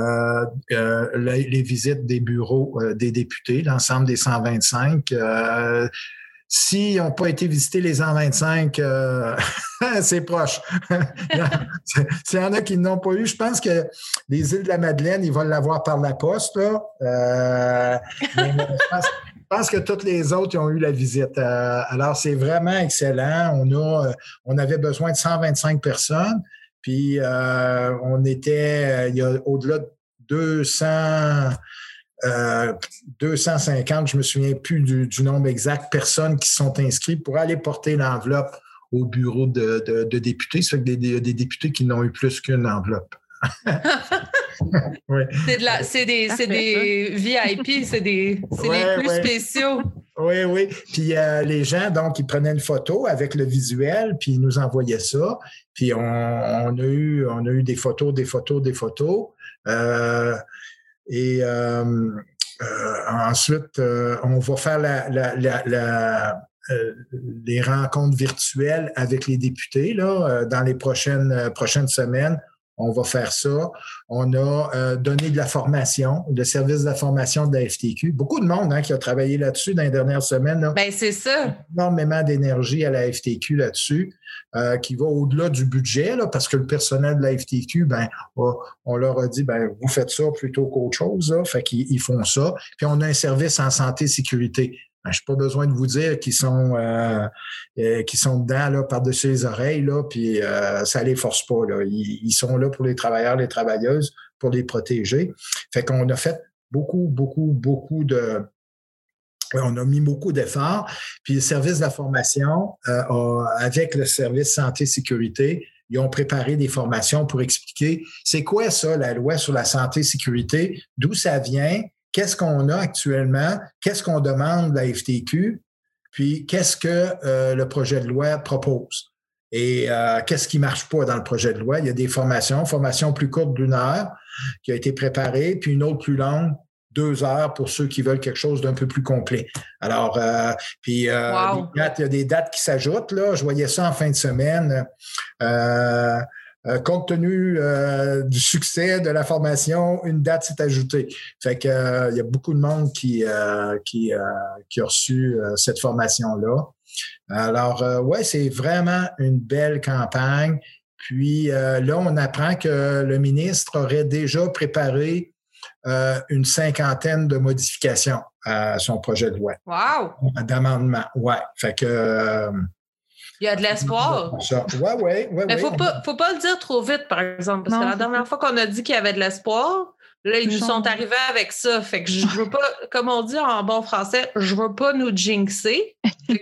Les visites des bureaux des députés, l'ensemble des 125. S'ils n'ont pas été visités les 125, c'est proche. S'il y en a qui n'ont pas eu, je pense que les îles de la Madeleine, ils vont l'avoir par la poste. Là. Je pense que toutes les autres ils ont eu la visite. Alors, c'est vraiment excellent. On avait besoin de 125 personnes. Puis, on était, il y a au-delà de 250, je me souviens plus du nombre exact, personnes qui sont inscrites pour aller porter l'enveloppe au bureau de députés. Ça fait que des députés qui n'ont eu plus qu'une enveloppe. Oui. C'est des VIP, c'est les plus spéciaux. Oui. Puis les gens, donc, ils prenaient une photo avec le visuel, puis ils nous envoyaient ça. Puis on a eu des photos. Ensuite, on va faire les rencontres virtuelles avec les députés là, dans les prochaines semaines. On va faire ça. On a donné de la formation, le service de la formation de la FTQ. Beaucoup de monde qui a travaillé là-dessus dans les dernières semaines. Là. Bien, c'est ça. Énormément d'énergie à la FTQ là-dessus, qui va au-delà du budget, là, parce que le personnel de la FTQ, on leur a dit, vous faites ça plutôt qu'autre chose. Là. Fait qu'ils font ça. Puis on a un service en santé et sécurité. Je n'ai pas besoin de vous dire qu'ils sont dedans là, par-dessus les oreilles, là, puis ça ne les force pas. Là. Ils sont là pour les travailleurs, les travailleuses, pour les protéger. Fait qu'on a fait beaucoup de... On a mis beaucoup d'efforts. Puis le service de la formation, avec le service santé-sécurité, ils ont préparé des formations pour expliquer c'est quoi ça, la loi sur la santé-sécurité, d'où ça vient, qu'est-ce qu'on a actuellement, qu'est-ce qu'on demande de la FTQ, puis qu'est-ce que le projet de loi propose. Et qu'est-ce qui ne marche pas dans le projet de loi? Il y a des formation plus courte d'1 heure qui a été préparée, puis une autre plus longue, 2 heures pour ceux qui veulent quelque chose d'un peu plus complet. Alors, il y a des dates qui s'ajoutent. Là. Je voyais ça en fin de semaine. Compte tenu du succès de la formation, une date s'est ajoutée. Fait que il y a beaucoup de monde qui a reçu cette formation-là. Alors, c'est vraiment une belle campagne. Puis là, on apprend que le ministre aurait déjà préparé une 50aine de modifications à son projet de loi. Wow! D'amendement, ouais. Fait que... il y a de l'espoir. Oui. Mais faut pas le dire trop vite, par exemple, parce que la dernière fois qu'on a dit qu'il y avait de l'espoir, là, ils nous sont arrivés avec ça. Fait que je veux pas, comme on dit en bon français, je veux pas nous jinxer. Fait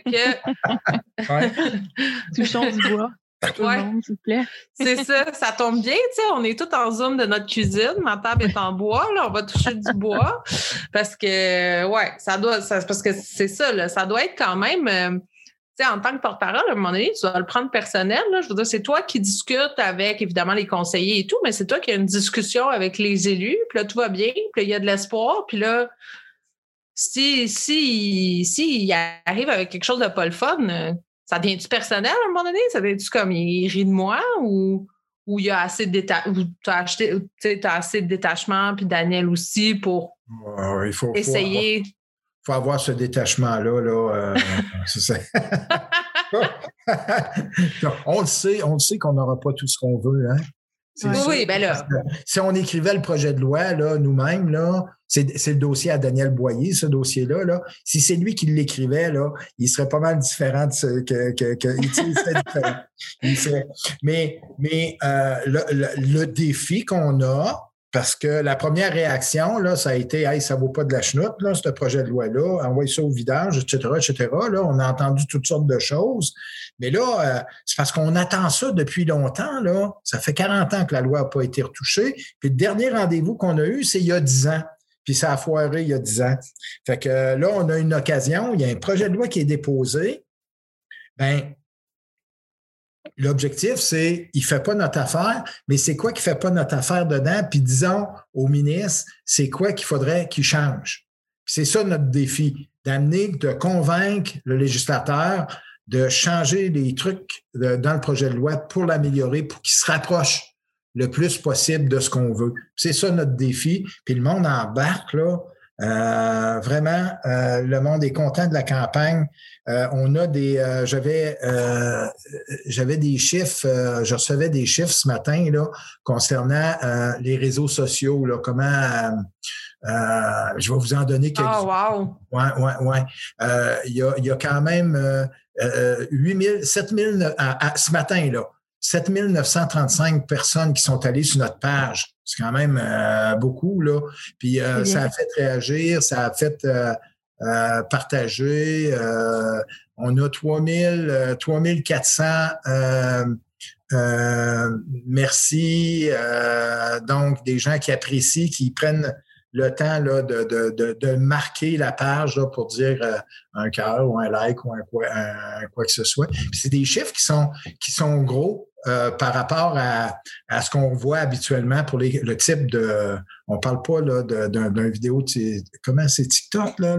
que... Touchons du bois. Tout le monde, s'il vous plaît. C'est ça, ça tombe bien, tu sais, on est tous en zoom de notre cuisine, ma table est en bois, là, on va toucher du bois, parce que, parce que c'est ça, là, ça doit être quand même, tu sais, en tant que porte-parole, à un moment donné, tu dois le prendre personnel, là, je veux dire, c'est toi qui discutes avec, évidemment, les conseillers et tout, mais c'est toi qui as une discussion avec les élus, puis là, tout va bien, puis là, il y a de l'espoir, puis là, si arrive avec quelque chose de pas le fun, ça devient-tu personnel à un moment donné? Ça devient-tu comme il rit de moi ou il y a assez de t'as assez de détachement, puis Daniel aussi pour essayer. Il faut avoir ce détachement-là. Là, c'est ça. On le sait qu'on n'aura pas tout ce qu'on veut, hein? Oui, bien là. Si on écrivait le projet de loi, là, nous-mêmes, là, c'est le dossier à Daniel Boyer, ce dossier-là. Là. Si c'est lui qui l'écrivait, là, il serait pas mal différent il serait. Mais le défi qu'on a, parce que la première réaction, là, ça a été « Hey, ça vaut pas de la chenoute, là, ce projet de loi-là, envoyez ça au vidange, etc. » Là, on a entendu toutes sortes de choses. Mais là, c'est parce qu'on attend ça depuis longtemps. Là. Ça fait 40 ans que la loi n'a pas été retouchée. Puis le dernier rendez-vous qu'on a eu, c'est il y a 10 ans. Puis ça a foiré il y a 10 ans. Fait que là, on a une occasion. Il y a un projet de loi qui est déposé. Bien, l'objectif, c'est, il ne fait pas notre affaire, mais c'est quoi qui ne fait pas notre affaire dedans? Puis disons au ministre, c'est quoi qu'il faudrait qu'il change? C'est ça notre défi, de convaincre le législateur de changer les trucs dans le projet de loi pour l'améliorer, pour qu'il se rapproche le plus possible de ce qu'on veut. C'est ça notre défi. Puis le monde embarque, là. Vraiment, le monde est content de la campagne. On a j'avais des chiffres, je recevais des chiffres ce matin là concernant les réseaux sociaux. Là, comment je vais vous en donner quelques. Oh wow. Ouais. Il y a quand même 7 000 ce matin là. 7 935 personnes qui sont allées sur notre page. C'est quand même beaucoup, là. Puis ça a fait réagir, ça a fait partager. On a 3400 merci. Donc, des gens qui apprécient, qui prennent le temps là, de marquer la page là, pour dire un cœur ou un like ou un quoi que ce soit. Puis c'est des chiffres qui sont gros par rapport à ce qu'on voit habituellement pour le type de... On parle pas là, d'un vidéo... Comment c'est TikTok, là?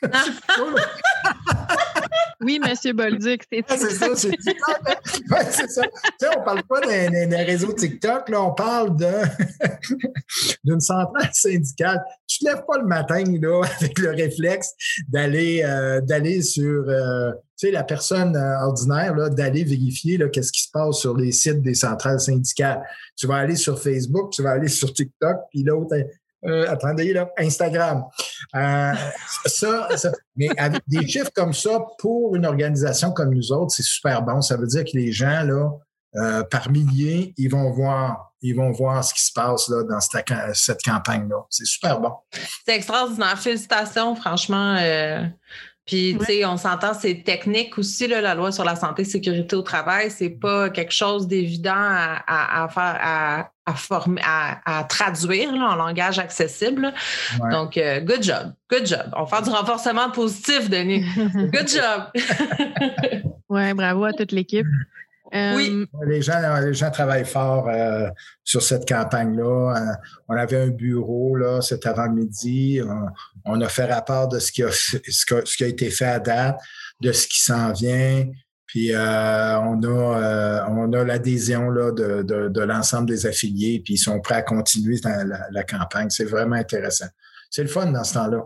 Oui, M. Bolduc, c'est ça. C'est ça, c'est TikTok. Oui, c'est ça. Tu sais, on parle pas d'un réseau TikTok, là, on parle d'une centrale syndicale. Tu te lèves pas le matin, là, avec le réflexe d'aller sur... tu sais, la personne ordinaire, là, d'aller vérifier là, qu'est-ce qui se passe sur les sites des centrales syndicales. Tu vas aller sur Facebook, tu vas aller sur TikTok, puis l'autre... attendez, là, Instagram. Ça, mais avec des chiffres comme ça, pour une organisation comme nous autres, c'est super bon. Ça veut dire que les gens, là, par milliers, ils vont voir ce qui se passe là, dans cette campagne-là. C'est super bon. C'est extraordinaire. Félicitations, franchement. Puis, tu sais, on s'entend, c'est technique aussi, là, la loi sur la santé et sécurité au travail. C'est pas quelque chose d'évident à faire, à former, à traduire là, en langage accessible. Ouais. Donc, good job. On va faire du renforcement positif, Denis. Good job. Oui, bravo à toute l'équipe. Oui. Les gens travaillent fort sur cette campagne-là. On avait un bureau là, cet avant-midi. On a fait rapport de ce qui a été fait à date, de ce qui s'en vient. Puis on a l'adhésion là, de l'ensemble des affiliés, puis ils sont prêts à continuer dans la campagne. C'est vraiment intéressant. C'est le fun dans ce temps-là.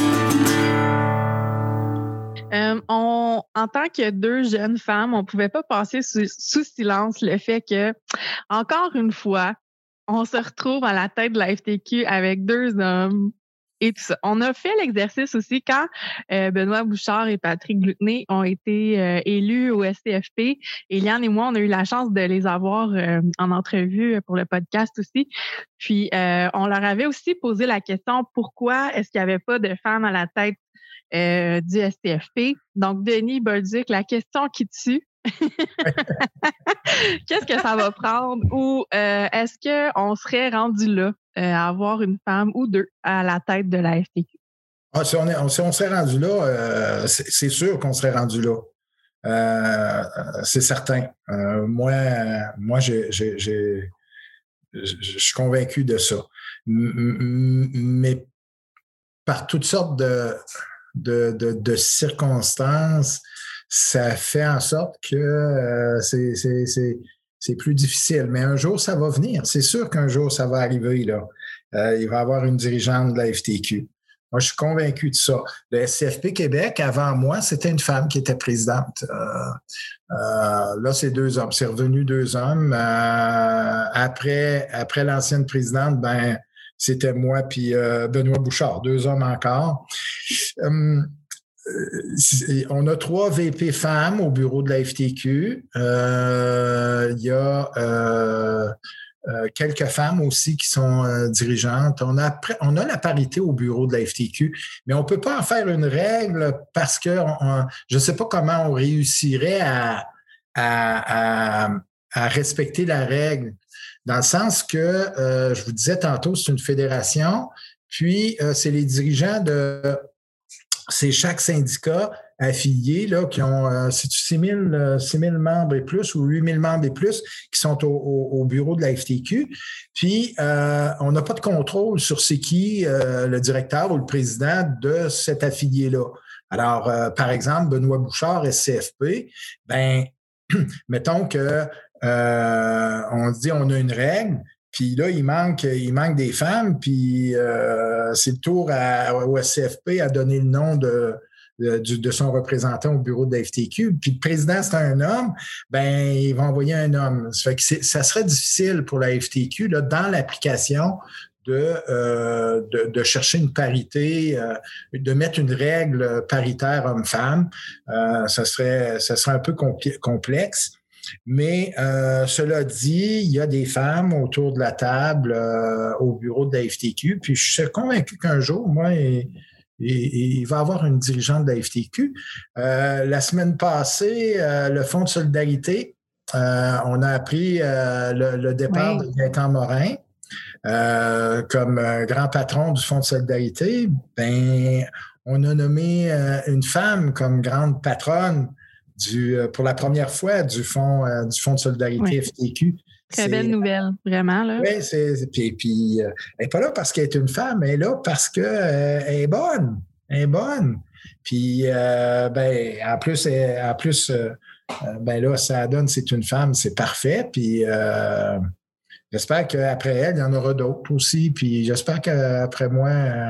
En tant que deux jeunes femmes, on ne pouvait pas passer sous silence le fait que, encore une fois, on se retrouve à la tête de la FTQ avec deux hommes et tout ça. On a fait l'exercice aussi quand Benoît Bouchard et Patrick Gluckné ont été élus au STFP. Eliane et moi, on a eu la chance de les avoir en entrevue pour le podcast aussi. Puis, on leur avait aussi posé la question, pourquoi est-ce qu'il n'y avait pas de femmes à la tête du STFP. Donc, Denis Bolduc, la question qui tue. Qu'est-ce que ça va prendre? Ou est-ce qu'on serait rendu là à avoir une femme ou deux à la tête de la FTQ? Ah, si on serait rendu là, c'est sûr qu'on serait rendu là. C'est certain. Moi, je suis convaincu de ça. Mais par toutes sortes de circonstances, ça fait en sorte que c'est plus difficile. Mais un jour, ça va venir. C'est sûr qu'un jour, ça va arriver, là. Il va y avoir une dirigeante de la FTQ. Moi, je suis convaincu de ça. Le SCFP Québec, avant moi, c'était une femme qui était présidente. Là, c'est deux hommes. C'est revenu deux hommes. Après l'ancienne présidente, c'était moi puis Benoît Bouchard, deux hommes encore. On a 3 VP femmes au bureau de la FTQ. Il y a quelques femmes aussi qui sont dirigeantes. On a la parité au bureau de la FTQ, mais on ne peut pas en faire une règle parce que je ne sais pas comment on réussirait à respecter la règle. Dans le sens que, je vous disais tantôt, c'est une fédération, puis c'est les dirigeants c'est chaque syndicat affiliés là, qui ont 6 000 membres et plus ou 8 000 membres et plus qui sont au bureau de la FTQ. Puis, on n'a pas de contrôle sur c'est qui le directeur ou le président de cet affilié-là. Alors, par exemple, Benoît Bouchard, SCFP, ben, mettons que on dit on a une règle, puis là, il manque des femmes, puis c'est le tour au SCFP à donner le nom de son représentant au bureau de la FTQ. Puis le président, c'est un homme, ben il va envoyer un homme. Ça fait que ça serait difficile pour la FTQ, là, dans l'application, de chercher une parité, de mettre une règle paritaire homme-femme. Ça serait un peu complexe. Mais cela dit, il y a des femmes autour de la table au bureau de la FTQ. Puis je suis convaincu qu'un jour, moi, il va y avoir une dirigeante de la FTQ. La semaine passée, le Fonds de solidarité, on a appris le départ de Gaëtan Morin. Comme grand patron du Fonds de solidarité, ben, on a nommé une femme comme grande patronne pour la première fois du Fonds de solidarité FTQ. Très belle nouvelle, vraiment. Là. Oui, puis elle n'est pas là parce qu'elle est une femme, elle est là parce qu'elle est bonne. Elle est bonne. Puis, ben, en plus, ben là, ça donne, c'est une femme, c'est parfait. Puis, j'espère qu'après elle, il y en aura d'autres aussi. Puis j'espère qu'après moi,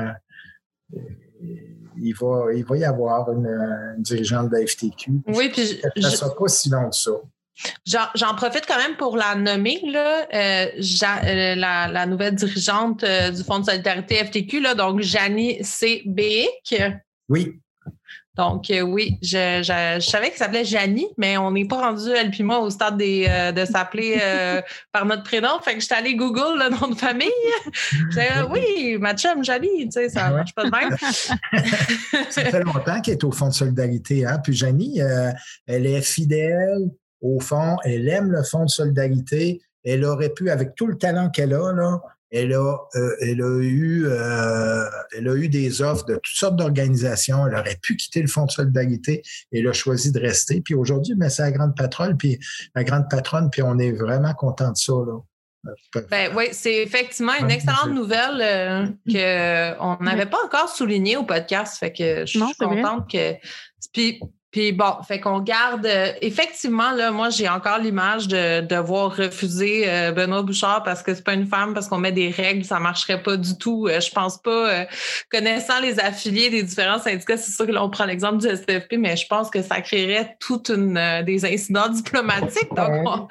il va y avoir une dirigeante de la FTQ. Oui, puis ça ne sera pas si long que ça. J'en profite quand même pour la nommer, là, la nouvelle dirigeante du Fonds de solidarité FTQ, là, donc Janie C. Béic. Oui. Donc, oui, je savais qu'il s'appelait Janie, mais on n'est pas rendu, elle puis moi, au stade de s'appeler par notre prénom. Fait que j'étais allée Google le nom de famille. Oui, ma chum, Janie, tu sais, ça ne marche pas de même. Ça fait longtemps qu'elle est au Fonds de solidarité, hein? Puis Janie, elle est fidèle au fond, elle aime le Fonds de solidarité. Elle aurait pu, avec tout le talent qu'elle a, là, elle a eu des offres de toutes sortes d'organisations. Elle aurait pu quitter le Fonds de solidarité. Elle a choisi de rester. Puis aujourd'hui, ben, c'est la grande patronne, puis on est vraiment content de ça, là. Ben oui, c'est effectivement une excellente nouvelle qu'on n'avait pas encore soulignée au podcast. Fait que je suis contente que. Puis bon, fait qu'on garde. Effectivement, là, moi, j'ai encore l'image de devoir refuser Benoît Bouchard parce que c'est pas une femme, parce qu'on met des règles, ça marcherait pas du tout. Je pense pas, connaissant les affiliés des différents syndicats, c'est sûr que là, on prend l'exemple du STFP, mais je pense que ça créerait toute des incidents diplomatiques. Donc,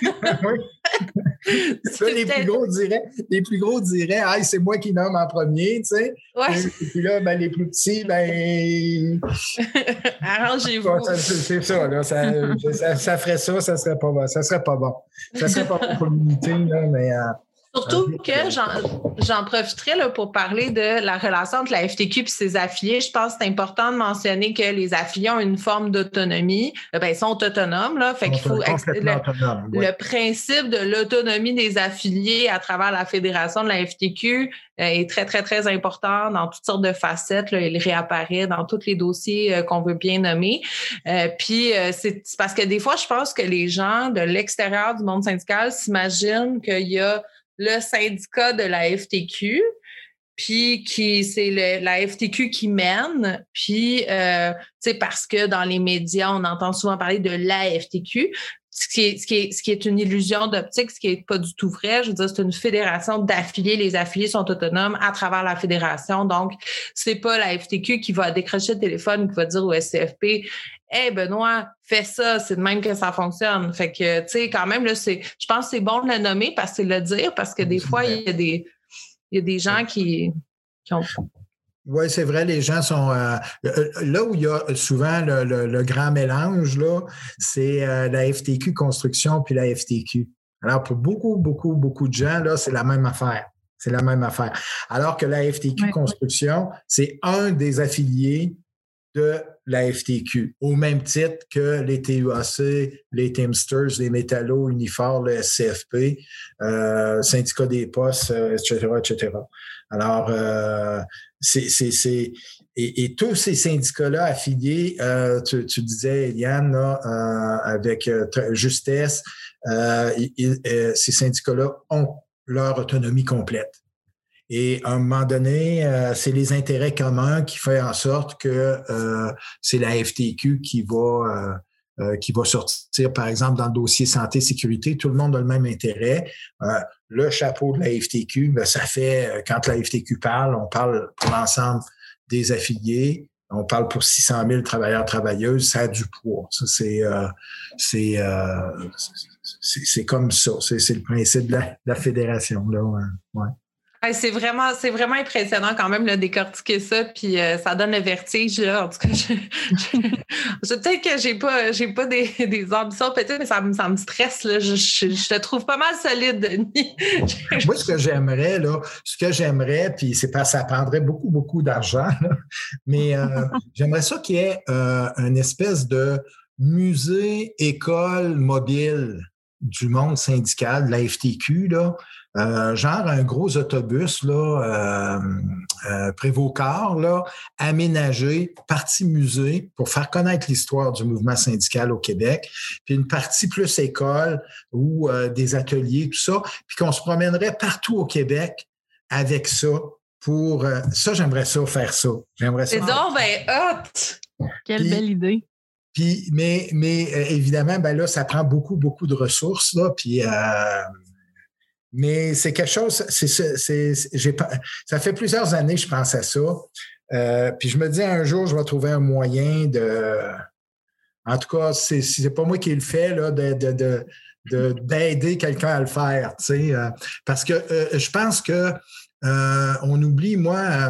Ça, les plus gros diraient, hey, c'est moi qui nomme en premier, tu sais. Ouais. Et puis là, ben, les plus petits, ben. Arrangez-vous. C'est ça, là. Ça ferait ça, ça serait pas bon. Ça serait pas bon. Ça serait pas bon pour l'unité, là, mais. Surtout que j'en profiterai là, pour parler de la relation entre la FTQ et ses affiliés. Je pense que c'est important de mentionner que les affiliés ont une forme d'autonomie. Ben, ils sont autonomes. Là, fait qu'il faut le principe de l'autonomie des affiliés à travers la fédération de la FTQ est très, très, très important dans toutes sortes de facettes. Là, il réapparaît dans tous les dossiers qu'on veut bien nommer. Puis, c'est parce que des fois, je pense que les gens de l'extérieur du monde syndical s'imaginent qu'il y a le syndicat de la FTQ, puis c'est la FTQ qui mène, puis parce que dans les médias, on entend souvent parler de la FTQ, ce qui est une illusion d'optique, ce qui est pas du tout vrai. Je veux dire, c'est une fédération d'affiliés. Les affiliés sont autonomes à travers la fédération. Donc, c'est pas la FTQ qui va décrocher le téléphone, qui va dire au SCFP « Hey, Benoît, fais ça, c'est de même que ça fonctionne. » Fait que, tu sais, quand même, là, je pense que c'est bon de le nommer parce que c'est le dire, parce que des fois, il y a des gens qui ont... Oui, c'est vrai, les gens sont... là où il y a souvent le grand mélange, là, c'est la FTQ Construction puis la FTQ. Alors, pour beaucoup de gens, là, c'est la même affaire. C'est la même affaire. Alors que la FTQ Construction, c'est un des affiliés de la FTQ, au même titre que les TUAC, les Teamsters, les Métallos, Unifor, le SCFP, Syndicat des postes, etc., etc. Alors, et tous ces syndicats-là affiliés, tu disais, Eliane, là, avec justesse, ces syndicats-là ont leur autonomie complète. Et à un moment donné, c'est les intérêts communs qui font en sorte que c'est la FTQ qui va sortir, par exemple, dans le dossier santé-sécurité. Tout le monde a le même intérêt. Le chapeau de la FTQ, ben, ça fait, quand la FTQ parle, on parle pour l'ensemble des affiliés. On parle pour 600 000 travailleurs, travailleuses. Ça a du poids. Ça, c'est comme ça. C'est le principe de la fédération, là. Ouais. C'est vraiment impressionnant quand même de décortiquer ça, puis ça donne le vertige, là. En tout cas, peut-être que j'ai pas des ambitions peut-être, mais ça me stresse, là. Je te trouve pas mal solide, Denis. Moi, ce que j'aimerais, puis c'est parce que ça prendrait beaucoup, beaucoup d'argent, là, mais j'aimerais ça qu'il y ait une espèce de musée, école mobile du monde syndical, de la FTQ, là. Genre un gros autobus là, Prévost-Car, là, aménagé, partie musée pour faire connaître l'histoire du mouvement syndical au Québec, puis une partie plus école ou des ateliers, tout ça, puis qu'on se promènerait partout au Québec avec ça. Pour ça, j'aimerais ça faire ça. C'est donc ben hot! Quelle belle idée! Puis, mais évidemment, ben là, ça prend beaucoup, beaucoup de ressources là, puis mais c'est quelque chose, ça fait plusieurs années que je pense à ça. Puis je me dis un jour, je vais trouver un moyen de. En tout cas, c'est pas moi qui le fais, là, d'aider quelqu'un à le faire. Tu sais, parce que je pense que on oublie, moi,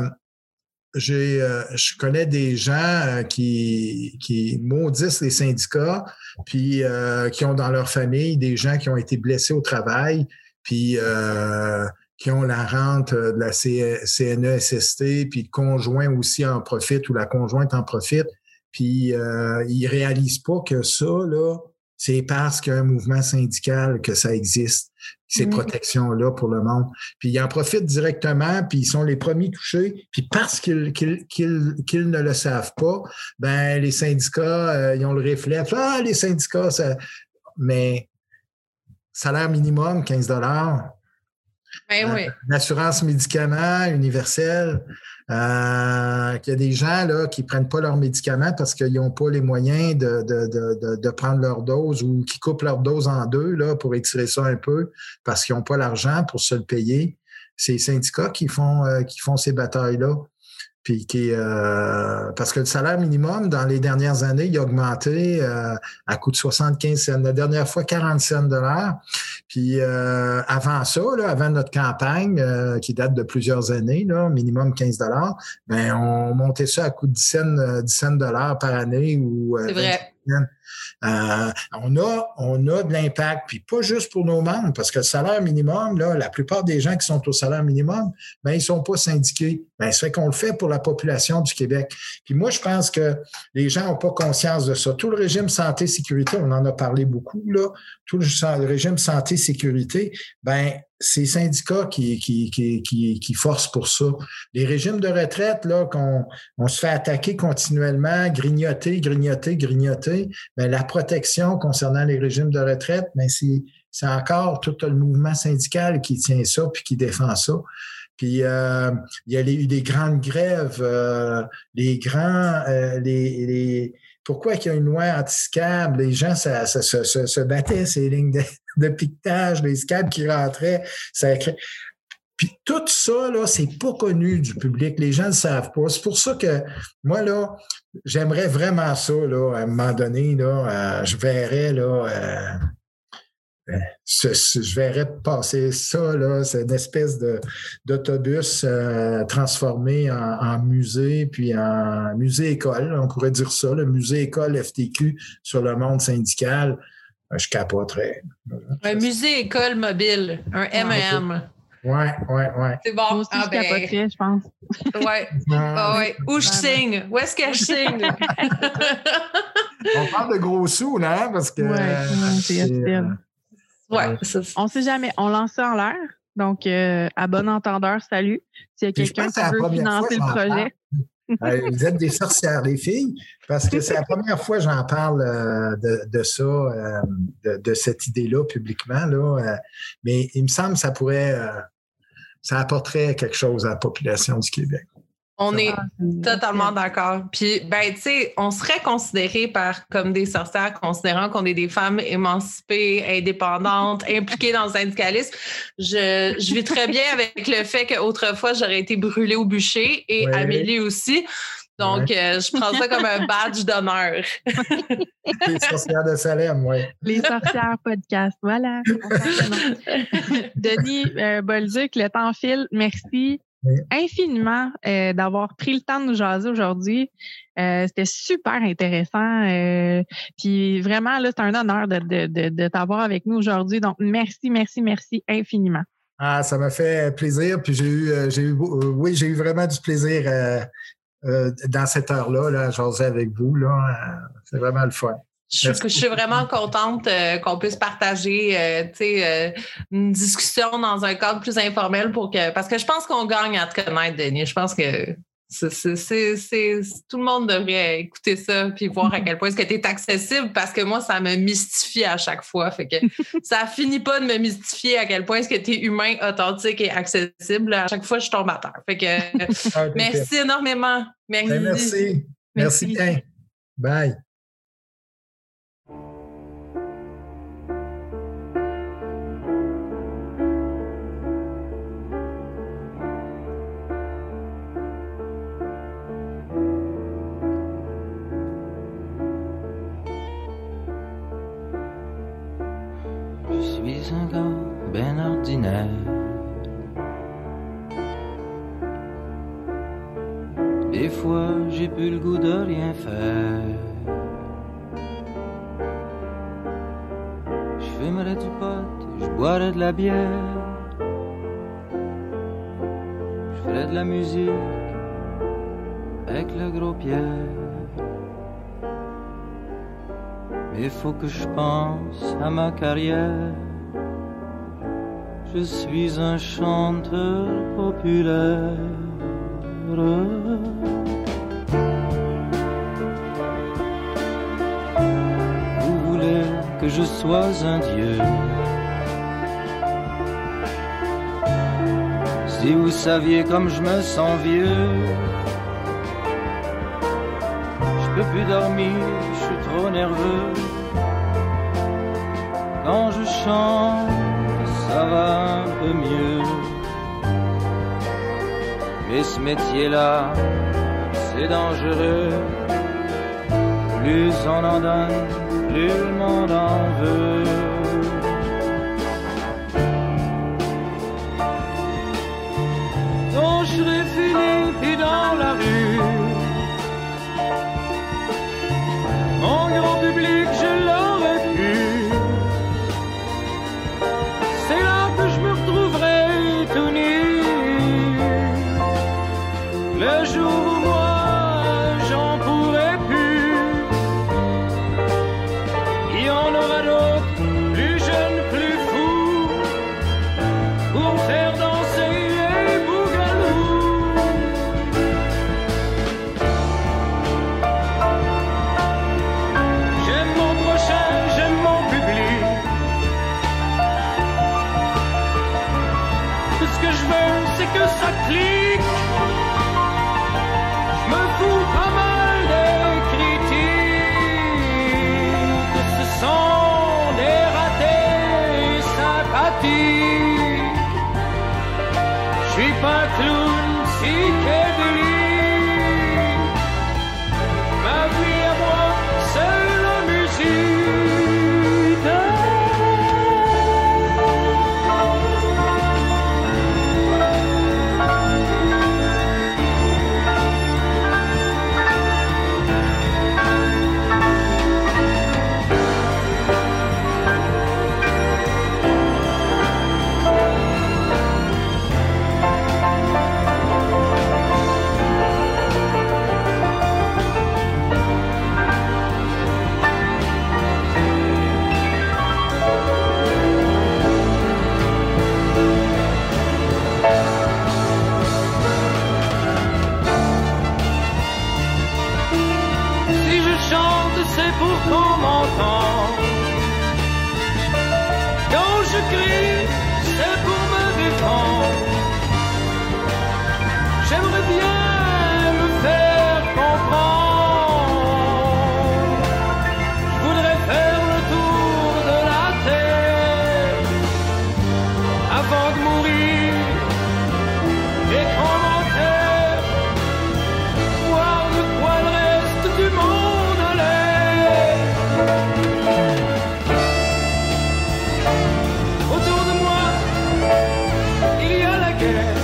je connais des gens qui maudissent les syndicats, puis qui ont dans leur famille des gens qui ont été blessés au travail, puis qui ont la rente de la CNESST, puis le conjoint aussi en profite ou la conjointe en profite, puis ils réalisent pas que ça, là, c'est parce qu'il y a un mouvement syndical que ça existe, ces protections-là pour le monde. Puis ils en profitent directement, puis ils sont les premiers touchés. Puis parce qu'ils ne le savent pas, ben les syndicats, ils ont le réflexe. Ah, les syndicats, ça... Mais salaire minimum, 15 $. Ben oui. L'assurance médicaments universelle. Qu'il y a des gens là, qui ne prennent pas leurs médicaments parce qu'ils n'ont pas les moyens de prendre leur dose ou qui coupent leur dose en deux là, pour étirer ça un peu parce qu'ils n'ont pas l'argent pour se le payer. C'est les syndicats qui font ces batailles-là. Puis parce que le salaire minimum, dans les dernières années, il a augmenté à coût de 75 cents. La dernière fois, 40 cents $. Puis avant ça, là, avant notre campagne, qui date de plusieurs années, là, minimum 15 $, ben on montait ça à coût de 10 cents $ par année. C'est vrai. On a de l'impact, puis pas juste pour nos membres, parce que le salaire minimum, là, la plupart des gens qui sont au salaire minimum, ben ils sont pas syndiqués. Ben ça fait qu'on le fait pour la population du Québec. Puis moi, je pense que les gens n'ont pas conscience de ça. Tout le régime santé-sécurité, on en a parlé beaucoup, là, tout le régime santé-sécurité, ben c'est syndicats qui forcent pour ça. Les régimes de retraite, là, qu'on se fait attaquer continuellement, grignoter, ben la protection concernant les régimes de retraite, ben c'est encore tout le mouvement syndical qui tient ça puis qui défend ça. Puis il y a eu des grandes grèves, pourquoi il y a une loi anti-scab? Les gens se battaient ces lignes de piquetage, les scabs qui rentraient. Puis tout ça, là, c'est pas connu du public. Les gens ne le savent pas. C'est pour ça que moi, là, j'aimerais vraiment ça, là, à un moment donné, là, je verrais, là, je verrais passer ça, là, c'est une espèce d'autobus transformé en musée, puis en musée-école, on pourrait dire ça, le musée-école FTQ sur le monde syndical. Je capoterais. Un musée-école mobile, un MEM. Ouais. C'est bon. Moi aussi, je capoterais, je pense. Ouais. Ouais. Où je signe? Où est-ce que je signe? On parle de gros sous, là, parce que... c'est officiel. On ne sait jamais. On lance ça en l'air. Donc, à bon entendeur, salut. S'il y a quelqu'un qui veut financer le projet. Vous êtes des sorcières, les filles, parce que c'est la première fois que j'en parle de ça, de cette idée-là publiquement. Là, mais il me semble que ça apporterait quelque chose à la population du Québec. On est totalement d'accord. Puis, tu sais, on serait considérés comme des sorcières, considérant qu'on est des femmes émancipées, indépendantes, impliquées dans le syndicalisme. Je vis très bien avec le fait qu'autrefois, j'aurais été brûlée au bûcher et Amélie aussi. Donc, je prends ça comme un badge d'honneur. Les sorcières de Salem, oui. Les sorcières podcast, voilà. Denis Bolduc, le temps file. Merci infiniment d'avoir pris le temps de nous jaser aujourd'hui. C'était super intéressant. Puis vraiment, là, c'est un honneur de t'avoir avec nous aujourd'hui. Donc, merci infiniment. Ah, ça m'a fait plaisir. Puis j'ai eu vraiment du plaisir dans cette heure-là, là, à jaser avec vous. Là, c'est vraiment le fun. Je suis vraiment contente qu'on puisse partager une discussion dans un cadre plus informel parce que je pense qu'on gagne à te connaître, Denis. Je pense que tout le monde devrait écouter ça puis voir à quel point est-ce que tu es accessible parce que moi, ça me mystifie à chaque fois. Fait que ça finit pas de me mystifier à quel point est-ce que tu es humain, authentique et accessible. À chaque fois, je tombe à terre. Fait que merci énormément. Merci. Merci bien. Bye. Je suis un gars ben ordinaire. Des fois, j'ai plus le goût de rien faire. Je fumerais du pot, je boirais de la bière. Je ferais de la musique avec le gros Pierre. Mais faut que je pense à ma carrière. Je suis un chanteur populaire. Vous voulez que je sois un dieu. Si vous saviez comme je me sens vieux. Je peux plus dormir, je suis trop nerveux. Quand je chante, ça va un peu mieux. Mais ce métier-là, c'est dangereux. Plus on en donne, plus le monde en veut. Donc je serai fini, puis dans la rue, mon grand public, je l'aurais pu. C'est là que je me retrouverai tout nu. Le jour où moi, j'en pourrai plus. Il y en aura d'autres c'est pour qu'on m'entend. Quand je crie, c'est pour me défendre. J'aimerais bien me faire comprendre. Je voudrais faire le tour de la terre avant de mourir et qu'on m'enterre. Voir de quoi le reste du monde a l'air. Autour de moi, il y a la guerre.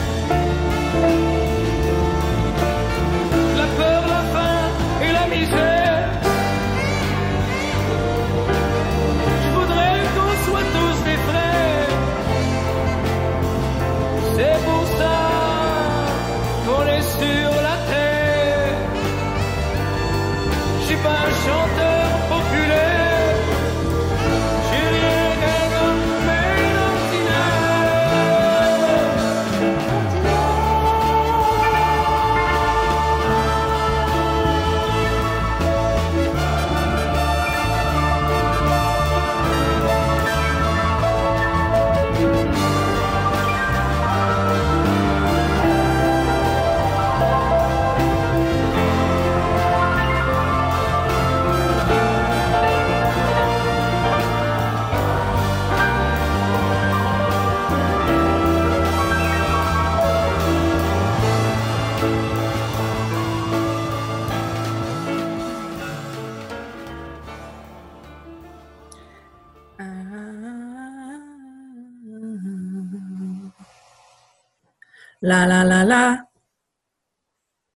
La peur, la faim et la misère. Je voudrais qu'on soit tous des frères. C'est pour ça qu'on est sur la terre. Je suis pas un chanteur populaire. J'ai rien qu'un homme La la la la.